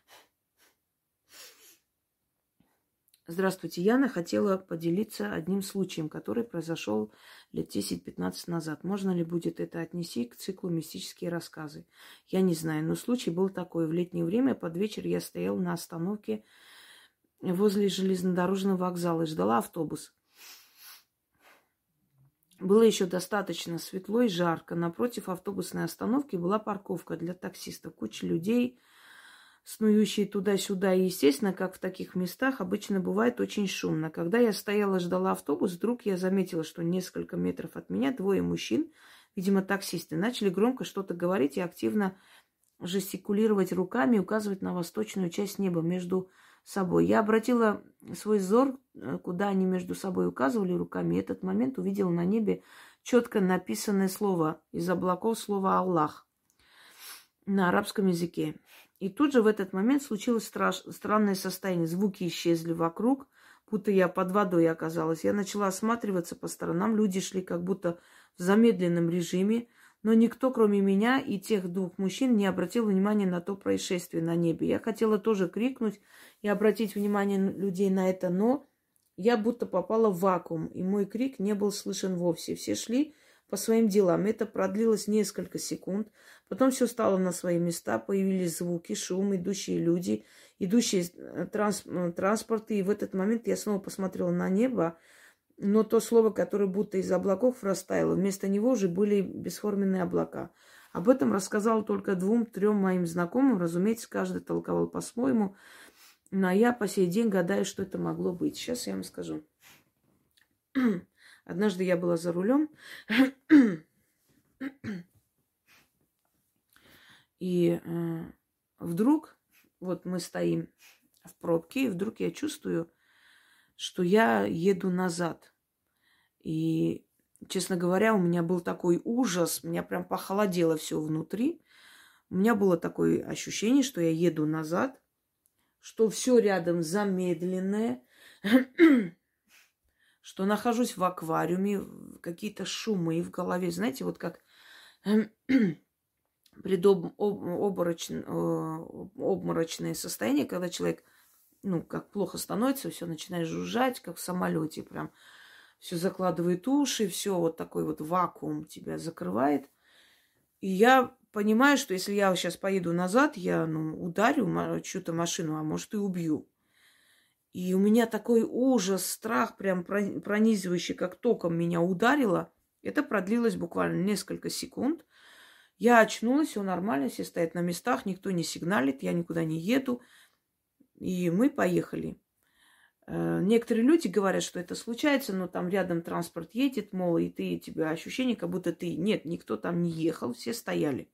Здравствуйте, Яна. Хотела поделиться одним случаем, который произошел лет десять-пятнадцать назад. Можно ли будет это отнести к циклу «Мистические рассказы»? Я не знаю, но случай был такой. В летнее время под вечер я стояла на остановке возле железнодорожного вокзала и ждала автобус. Было еще достаточно светло и жарко. Напротив автобусной остановки была парковка для таксистов. Куча людей, снующие туда-сюда. И, естественно, как в таких местах, обычно бывает очень шумно. Когда я стояла, ждала автобус, вдруг я заметила, что несколько метров от меня двое мужчин, видимо, таксисты, начали громко что-то говорить и активно жестикулировать руками, указывать на восточную часть неба между собой. Я обратила свой взор, куда они между собой указывали руками, и этот момент увидела на небе четко написанное слово из облаков, слово «Аллах» на арабском языке. И тут же в этот момент случилось страш... странное состояние. Звуки исчезли вокруг, будто я под водой оказалась. Я начала осматриваться по сторонам. Люди шли как будто в замедленном режиме. Но никто, кроме меня и тех двух мужчин, не обратил внимания на то происшествие на небе. Я хотела тоже крикнуть и обратить внимание людей на это, но я будто попала в вакуум, и мой крик не был слышен вовсе. Все шли по своим делам. Это продлилось несколько секунд. Потом все стало на свои места. Появились звуки, шум, идущие люди, идущие транс, транспорты. И в этот момент я снова посмотрела на небо. Но то слово, которое будто из облаков растаяло, вместо него уже были бесформенные облака. Об этом рассказал только двум-трем моим знакомым. Разумеется, каждый толковал по-своему. Но я по сей день гадаю, что это могло быть. Сейчас я вам скажу. Однажды я была за рулем. И э, вдруг, вот мы стоим в пробке, и вдруг я чувствую, что я еду назад. И, честно говоря, у меня был такой ужас, у меня прям похолодело все внутри. У меня было такое ощущение, что я еду назад, что все рядом замедленное, что нахожусь в аквариуме, какие-то шумы в голове. Знаете, вот как предобморочное обморочное состояние, когда человек, ну, как плохо становится, все начинает жужжать, как в самолете, прям все закладывает уши, все вот такой вот вакуум тебя закрывает. И я понимаю, что если я сейчас поеду назад, я, ну, ударю чью-то машину, а может и убью. И у меня такой ужас, страх прям пронизывающий, как током меня ударило. Это продлилось буквально несколько секунд. Я очнулась, все нормально, все стоят на местах, никто не сигналит, я никуда не еду. И мы поехали. Некоторые люди говорят, что это случается, но там рядом транспорт едет, мол, и ты, тебе ощущение, как будто ты... Нет, никто там не ехал, все стояли.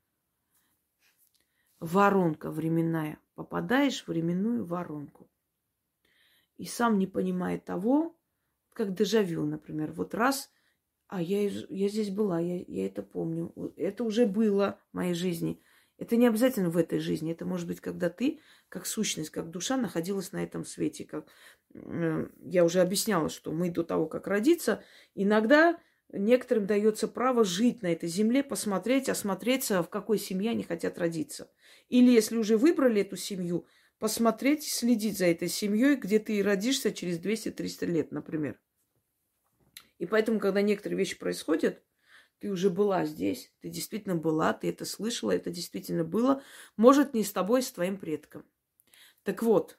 Воронка временная. Попадаешь в временную воронку. И сам не понимая того, как дежавю, например. Вот раз, а я, я здесь была, я, я это помню. Это уже было в моей жизни. Это не обязательно в этой жизни. Это может быть, когда ты, как сущность, как душа, находилась на этом свете. Как, э, я уже объясняла, что мы до того, как родиться, иногда некоторым дается право жить на этой земле, посмотреть, осмотреться, в какой семье они хотят родиться. Или если уже выбрали эту семью, посмотреть, следить за этой семьей, где ты родишься через двести-триста лет, например. И поэтому, когда некоторые вещи происходят, ты уже была здесь, ты действительно была, ты это слышала, это действительно было. Может, не с тобой, с твоим предком. Так вот,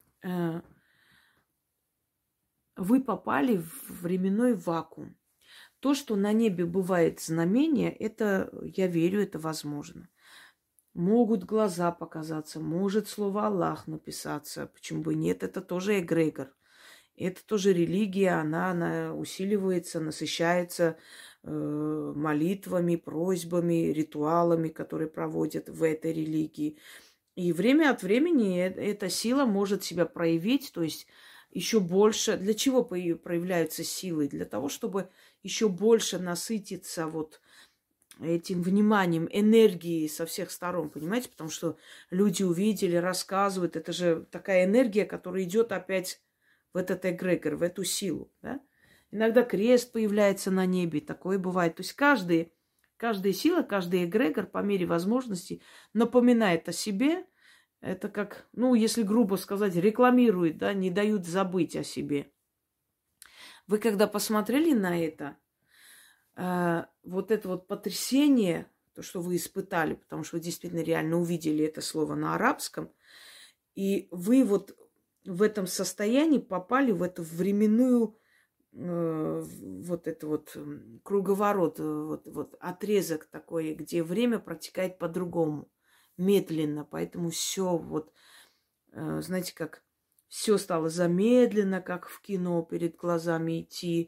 вы попали в временной вакуум. То, что на небе бывает знамение, это, я верю, это возможно. Могут глаза показаться, может слово Аллах написаться. Почему бы нет? Это тоже эгрегор. Это тоже религия, она, она усиливается, насыщается э, молитвами, просьбами, ритуалами, которые проводят в этой религии. И время от времени э- эта сила может себя проявить, то есть еще больше. Для чего по- проявляются силы? Для того, чтобы еще больше насытиться вот этим вниманием, энергией со всех сторон, понимаете? Потому что люди увидели, рассказывают. Это же такая энергия, которая идет опять в этот эгрегор, в эту силу. Да? Иногда крест появляется на небе, такое бывает. То есть каждый, каждая сила, каждый эгрегор по мере возможности напоминает о себе. Это как, ну, если грубо сказать, рекламирует, да, не дают забыть о себе. Вы когда посмотрели на это, э, вот это вот потрясение, то, что вы испытали, потому что вы действительно реально увидели это слово на арабском, и вы вот в этом состоянии попали в эту временную э, вот это вот круговорот, вот, вот отрезок такой, где время протекает по-другому, медленно, поэтому все вот, э, знаете, как все стало замедленно, как в кино перед глазами идти.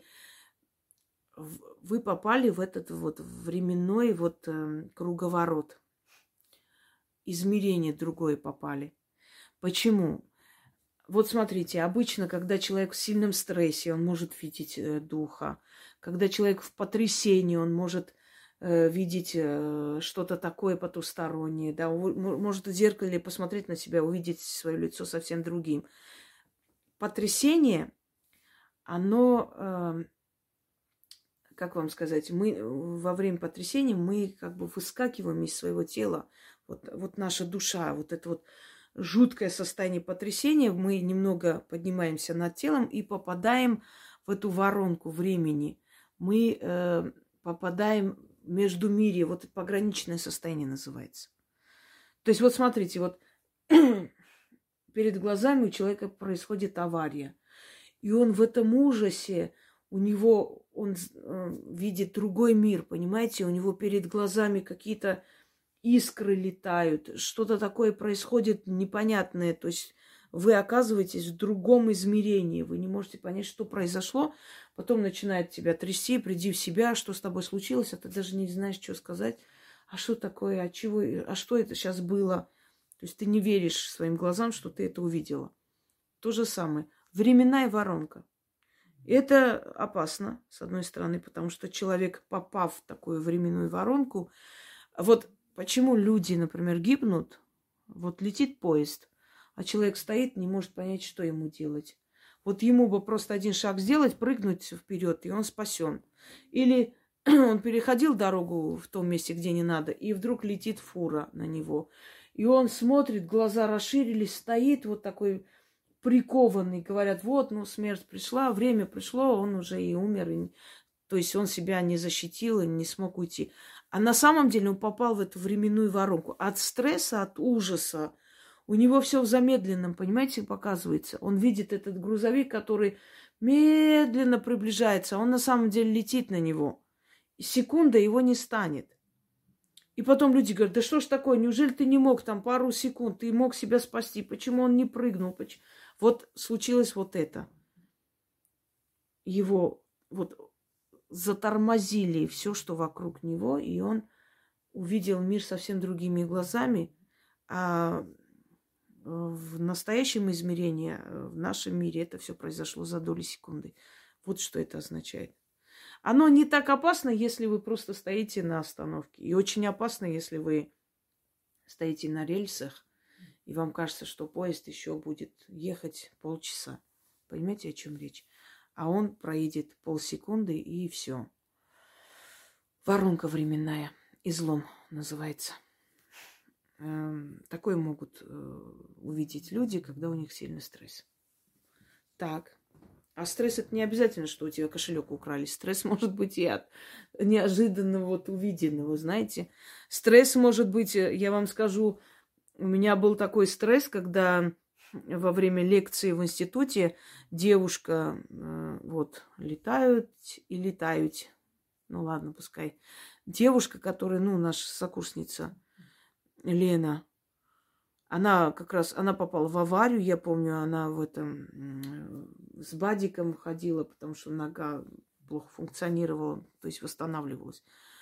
Вы попали в этот вот временной вот э, круговорот, измерение другое попали. Почему? Вот смотрите, обычно, когда человек в сильном стрессе, он может видеть э, духа. Когда человек в потрясении, он может э, видеть э, что-то такое потустороннее. Да? Он может в зеркале посмотреть на себя, увидеть свое лицо совсем другим. Потрясение, оно, э, как вам сказать, мы во время потрясения мы как бы выскакиваем из своего тела. Вот, вот наша душа, вот это вот жуткое состояние потрясения, мы немного поднимаемся над телом и попадаем в эту воронку времени. Мы э, попадаем между мире, вот пограничное состояние называется. То есть вот смотрите, вот перед глазами у человека происходит авария, и он в этом ужасе, у него, он э, видит другой мир, понимаете, у него перед глазами какие-то искры летают, что-то такое происходит непонятное. То есть вы оказываетесь в другом измерении. Вы не можете понять, что произошло. Потом начинает тебя трясти, приди в себя, что с тобой случилось, а ты даже не знаешь, что сказать. А что такое, а чего, а что это сейчас было? То есть ты не веришь своим глазам, что ты это увидела. То же самое. Временная воронка. Это опасно, с одной стороны, потому что человек, попав в такую временную воронку, вот почему люди, например, гибнут? Вот летит поезд, а человек стоит, не может понять, что ему делать. Вот ему бы просто один шаг сделать, прыгнуть вперед, и он спасен. Или он переходил дорогу в том месте, где не надо, и вдруг летит фура на него. И он смотрит, глаза расширились, стоит вот такой прикованный. Говорят, вот, ну, смерть пришла, время пришло, он уже и умер. И... То есть он себя не защитил и не смог уйти. А на самом деле он попал в эту временную воронку. От стресса, от ужаса. У него все в замедленном, понимаете, показывается. Он видит этот грузовик, который медленно приближается. А он на самом деле летит на него. И секунда его не станет. И потом люди говорят, да что ж такое, неужели ты не мог там пару секунд, ты мог себя спасти? Почему он не прыгнул? Почему? Вот случилось вот это. Его вот затормозили все, что вокруг него, и он увидел мир совсем другими глазами. А в настоящем измерении, в нашем мире, это все произошло за доли секунды. Вот что это означает. Оно не так опасно, если вы просто стоите на остановке. И очень опасно, если вы стоите на рельсах, и вам кажется, что поезд еще будет ехать полчаса. Понимаете, о чем речь? А он проедет полсекунды, и все. Воронка временная. Излом называется. Эм, такое могут э, увидеть люди, когда у них сильный стресс. Так. А стресс это не обязательно, что у тебя кошелек украли. Стресс может быть и от неожиданного вот увиденного, знаете. Стресс может быть, я вам скажу, у меня был такой стресс, когда во время лекции в институте девушка, э, вот, летают и летают. ну ладно, пускай. Девушка, которая, ну, наша сокурсница Лена, она как раз, она попала в аварию, я помню, она в этом с бадиком ходила, потому что нога плохо функционировала, то есть восстанавливалась.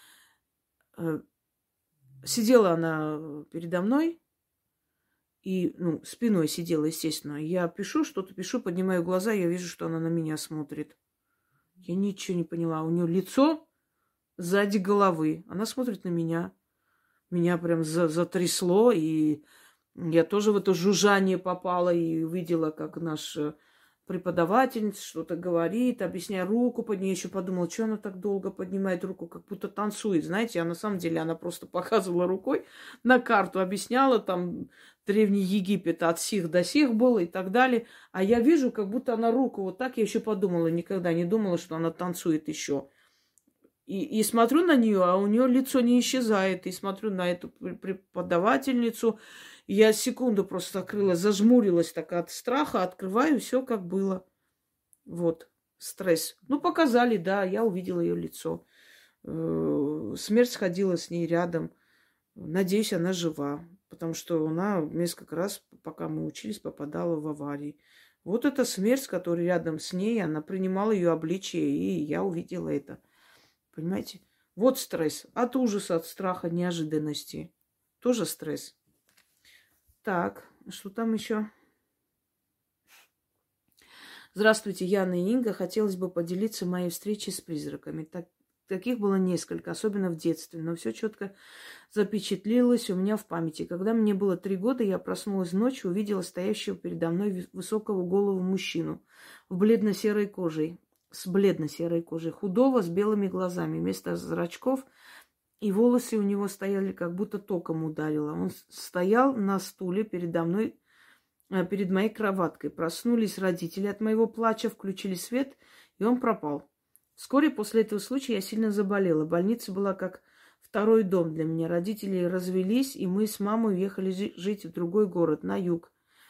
Сидела она передо мной и, ну, спиной сидела, естественно. Я пишу, что-то пишу, поднимаю глаза, я вижу, что она на меня смотрит. Я ничего не поняла. У нее лицо сзади головы. Она смотрит на меня. Меня прям затрясло, и я тоже в это жужжание попала и увидела, как наш преподавательница что-то говорит, объясняя руку под ней. Еще подумала, что она так долго поднимает руку, как будто танцует. Знаете, а на самом деле она просто показывала рукой на карту, объясняла там Древний Египет от сих до сих был и так далее. А я вижу, как будто она руку вот так. Я еще подумала, никогда не думала, что она танцует еще. И, и смотрю на нее, а у нее лицо не исчезает. И смотрю на эту преподавательницу. Я секунду просто закрыла, зажмурилась так от страха, открываю, все как было. Вот, стресс. Ну, показали, да, я увидела ее лицо. Смерть сходила с ней рядом. Надеюсь, она жива. Потому что она несколько раз, пока мы учились, попадала в аварии. Вот эта смерть, которая рядом с ней, она принимала ее обличие, и я увидела это. Понимаете? Вот стресс. От ужаса, от страха, неожиданности. Тоже стресс. Так, что там еще? Здравствуйте, Яна и Инга. Хотелось бы поделиться моей встречей с призраками. Так, таких было несколько, особенно в детстве. Но все четко запечатлелось у меня в памяти. Когда мне было три года, я проснулась ночью, увидела стоящего передо мной высокого голову мужчину в бледно-серой коже, с бледно-серой кожей, худого, с белыми глазами. Вместо зрачков и волосы у него стояли, как будто током ударило. Он стоял на стуле передо мной, перед моей кроваткой. Проснулись родители от моего плача, включили свет, и он пропал. Вскоре после этого случая я сильно заболела. Больница была как второй дом для меня. Родители развелись, и мы с мамой уехали жить в другой город, на юг.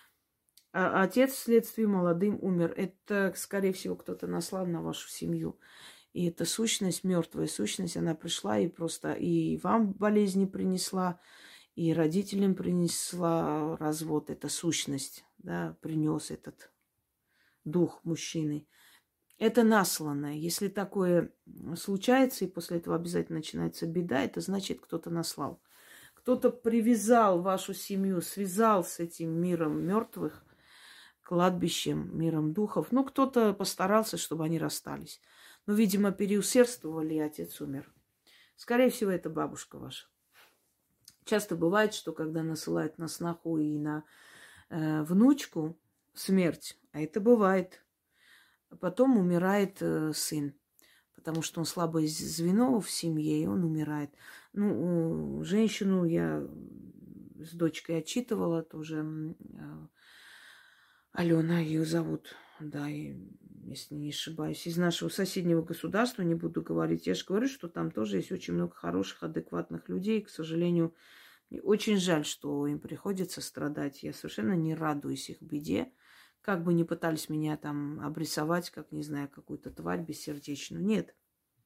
А отец вследствие молодым умер. Это, скорее всего, кто-то наслал на вашу семью. И эта сущность, мертвая сущность, она пришла и просто и вам болезни принесла, и родителям принесла развод. Это сущность, да, принес этот дух мужчины. Это насланное. Если такое случается, и после этого обязательно начинается беда, это значит, кто-то наслал. Кто-то привязал вашу семью, связал с этим миром мертвых, кладбищем, миром духов. Ну, кто-то постарался, чтобы они расстались. Но, видимо, переусердствовали, и отец умер. Скорее всего, это бабушка ваша. Часто бывает, что когда насылают на сноху и на э, внучку смерть, а это бывает, потом умирает э, сын, потому что он слабое звено в семье, и он умирает. Ну, женщину я с дочкой отчитывала тоже. Э, Алена ее зовут, да, и, если не ошибаюсь, из нашего соседнего государства, не буду говорить. Я же говорю, что там тоже есть очень много хороших, адекватных людей. К сожалению, мне очень жаль, что им приходится страдать. Я совершенно не радуюсь их беде. Как бы ни пытались меня там обрисовать, как, не знаю, какую-то тварь бессердечную. Нет.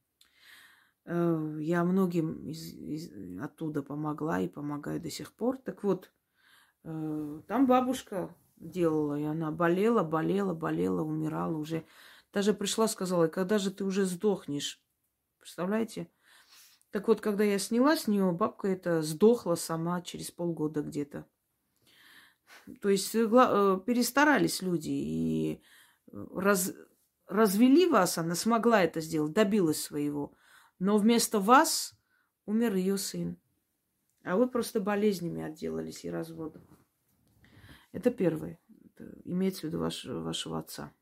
Я многим из, из, оттуда помогла и помогаю до сих пор. Так вот, там бабушка делала, и она болела, болела, болела, умирала уже. Даже пришла, сказала, когда же ты уже сдохнешь? Представляете? Так вот, когда я сняла с нее, бабка эта сдохла сама через полгода где-то. То есть перестарались люди и раз, развели вас, она смогла это сделать, добилась своего. Но вместо вас умер ее сын. А вы просто болезнями отделались и разводом. Это первое. Это имеется в виду ваш, вашего отца.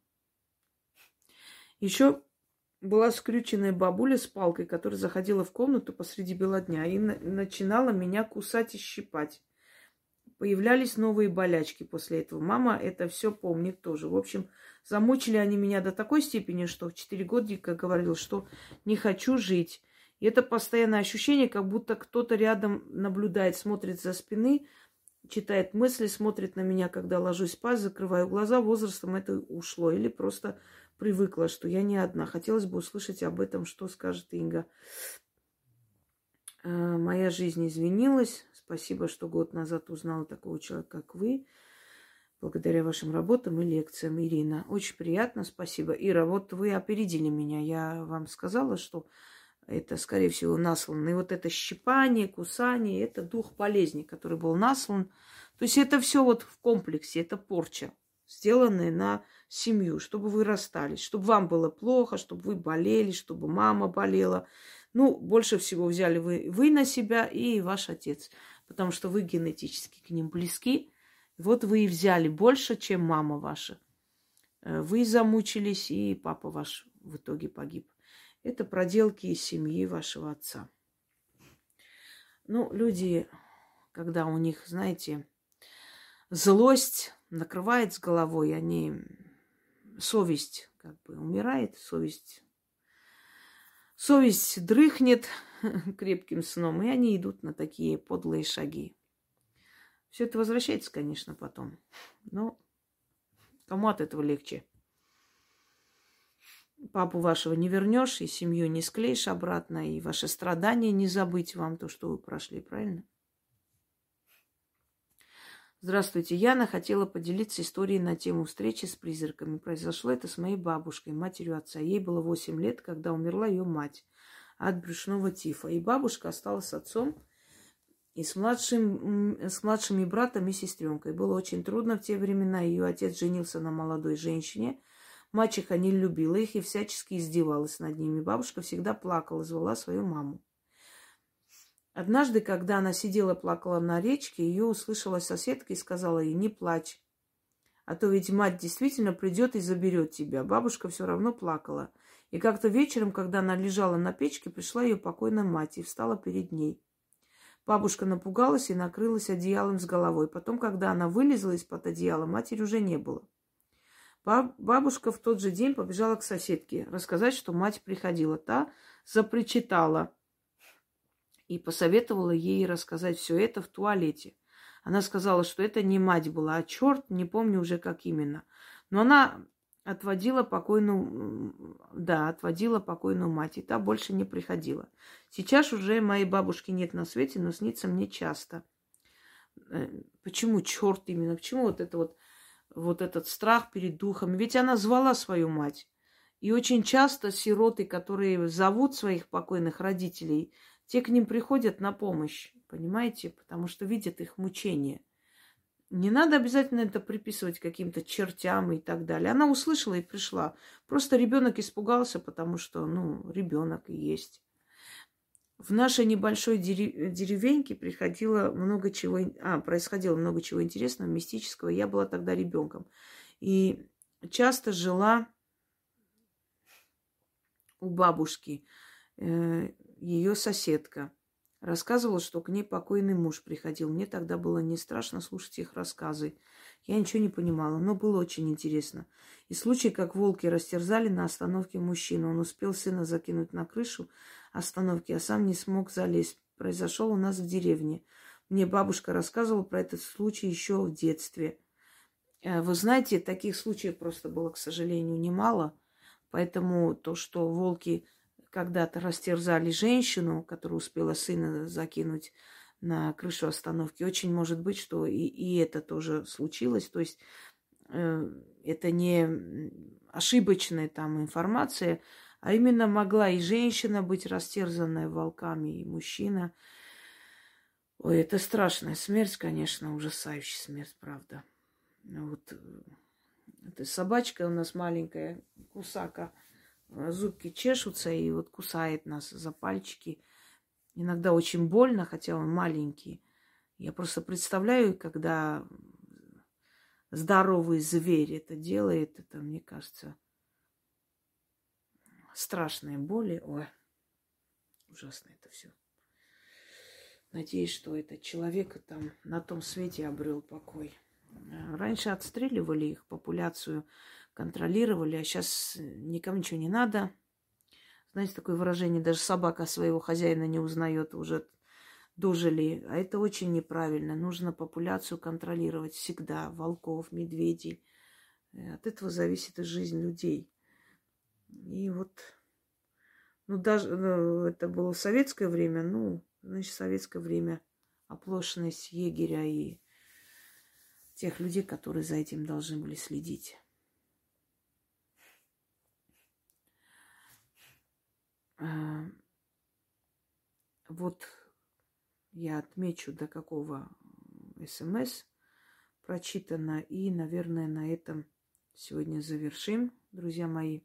Еще была скрюченная бабуля с палкой, которая заходила в комнату посреди бела дня и на- начинала меня кусать и щипать. Появлялись новые болячки после этого. Мама это все помнит тоже. В общем, замучили они меня до такой степени, что в четыре годика говорила, что не хочу жить. И это постоянное ощущение, как будто кто-то рядом наблюдает, смотрит за спины, читает мысли, смотрит на меня, когда ложусь спать, закрываю глаза. Возрастом это ушло. Или просто привыкла, что я не одна. Хотелось бы услышать об этом, что скажет Инга. Моя жизнь изменилась. Спасибо, что год назад узнала такого человека, как вы. Благодаря вашим работам и лекциям, Ирина. Очень приятно, спасибо. Ира, вот вы опередили меня. Я вам сказала, что это, скорее всего, наслан. И вот это щипание, кусание, это дух болезни, который был наслан. То есть это все вот в комплексе, это порча, сделанная на семью, чтобы вы расстались, чтобы вам было плохо, чтобы вы болели, чтобы мама болела. Ну, больше всего взяли вы, вы на себя и ваш отец, потому что вы генетически к ним близки. Вот вы и взяли больше, чем мама ваша. Вы замучились, и папа ваш в итоге погиб. Это проделки из семьи вашего отца. Ну, люди, когда у них, знаете, злость накрывает с головой, они... совесть как бы умирает, совесть... Совесть дрыхнет крепким сном, и они идут на такие подлые шаги. Все это возвращается, конечно, потом. Но кому от этого легче? Папу вашего не вернешь, и семью не склеишь обратно, и ваши страдания не забыть вам, то, что вы прошли, правильно? Здравствуйте, Яна. Хотела поделиться историей на тему встречи с призраками. Произошло это с моей бабушкой, матерью отца. Ей было восемь лет, когда умерла ее мать от брюшного тифа. И бабушка осталась с отцом и с, младшим, с младшими братом и сестренкой. Было очень трудно в те времена. Ее отец женился на молодой женщине. Мачеха не любила их и всячески издевалась над ними. Бабушка всегда плакала, звала свою маму. Однажды, когда она сидела, плакала на речке, ее услышала соседка и сказала ей: не плачь, а то ведь мать действительно придет и заберет тебя. Бабушка все равно плакала. И как-то вечером, когда она лежала на печке, пришла ее покойная мать и встала перед ней. Бабушка напугалась и накрылась одеялом с головой. Потом, когда она вылезла из-под одеяла, матери уже не было. Бабушка в тот же день побежала к соседке рассказать, что мать приходила. Та запричитала и посоветовала ей рассказать все это в туалете. Она сказала, что это не мать была, а черт, не помню уже как именно. Но она отводила покойную, да, отводила покойную мать, и та больше не приходила. Сейчас уже моей бабушки нет на свете, но снится мне часто. Почему черт именно? Почему вот это вот, вот этот страх перед духом? Ведь она звала свою мать. И очень часто сироты, которые зовут своих покойных родителей, те к ним приходят на помощь, понимаете? Потому что видят их мучения. Не надо обязательно это приписывать каким-то чертям и так далее. Она услышала и пришла. Просто ребенок испугался, потому что, ну, ребенок и есть. В нашей небольшой деревеньке приходило много чего, а, происходило много чего интересного, мистического. Я была тогда ребенком. И часто жила у бабушки э, ее соседка. Рассказывала, что к ней покойный муж приходил. Мне тогда было не страшно слушать их рассказы. Я ничего не понимала, но было очень интересно. И случай, как волки растерзали на остановке мужчину. Он успел сына закинуть на крышу остановки, а сам не смог залезть. Произошел у нас в деревне. Мне бабушка рассказывала про этот случай еще в детстве. Вы знаете, таких случаев просто было, к сожалению, немало. Поэтому то, что волки когда-то растерзали женщину, которая успела сына закинуть на крышу остановки, очень может быть, что и, и это тоже случилось. То есть э, это не ошибочная там информация, а именно могла и женщина быть растерзанная волками, и мужчина. Ой, это страшная смерть, конечно, ужасающая смерть, правда. Вот эта собачка у нас маленькая, кусака, зубки чешутся и вот кусает нас за пальчики. Иногда очень больно, хотя он маленький. Я просто представляю, когда здоровый зверь это делает, это, мне кажется, страшные боли. Ой, ужасно это все. Надеюсь, что этот человек там на том свете обрел покой. Раньше отстреливали их, популяцию контролировали, а сейчас никому ничего не надо. Знаете, такое выражение, даже собака своего хозяина не узнает, уже дожили. А это очень неправильно. Нужно популяцию контролировать всегда. Волков, медведей. От этого зависит и жизнь людей. И вот, ну, даже ну, это было советское время, ну, значит, советское время, оплошенность егеря и тех людей, которые за этим должны были следить. А, вот я отмечу, до какого СМС прочитано. И, наверное, на этом сегодня завершим, друзья мои.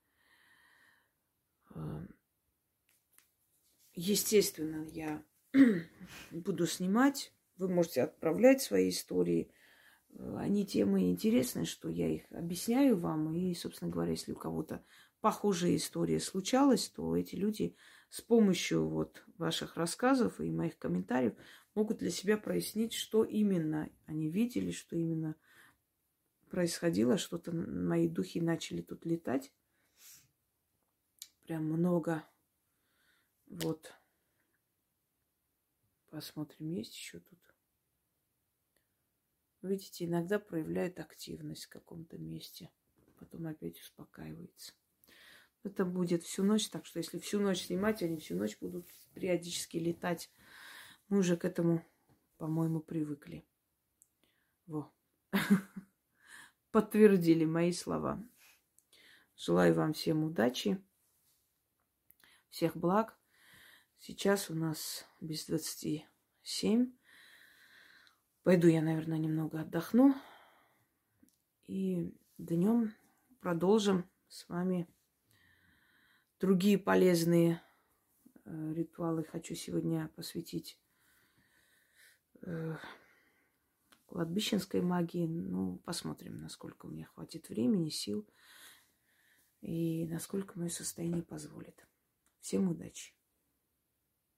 Естественно, я буду снимать. Вы можете отправлять свои истории. Они темы интересные, что я их объясняю вам. И, собственно говоря, если у кого-то похожая история случалась, то эти люди с помощью вот ваших рассказов и моих комментариев могут для себя прояснить, что именно они видели, что именно происходило. Что-то мои духи начали тут летать. Прям много. Вот. Посмотрим, есть еще тут. Видите, иногда проявляет активность в каком-то месте. Потом опять успокаивается. Это будет всю ночь, так что если всю ночь снимать, они всю ночь будут периодически летать. Мы уже к этому, по-моему, привыкли. Во. Подтвердили мои слова. Желаю вам всем удачи, всех благ. Сейчас у нас без двадцати семь. Пойду я, наверное, немного отдохну. И днем продолжим с вами другие полезные э, ритуалы. Хочу сегодня посвятить э, кладбищенской магии. Ну, посмотрим, насколько у меня хватит времени, сил и насколько мое состояние позволит. Всем удачи!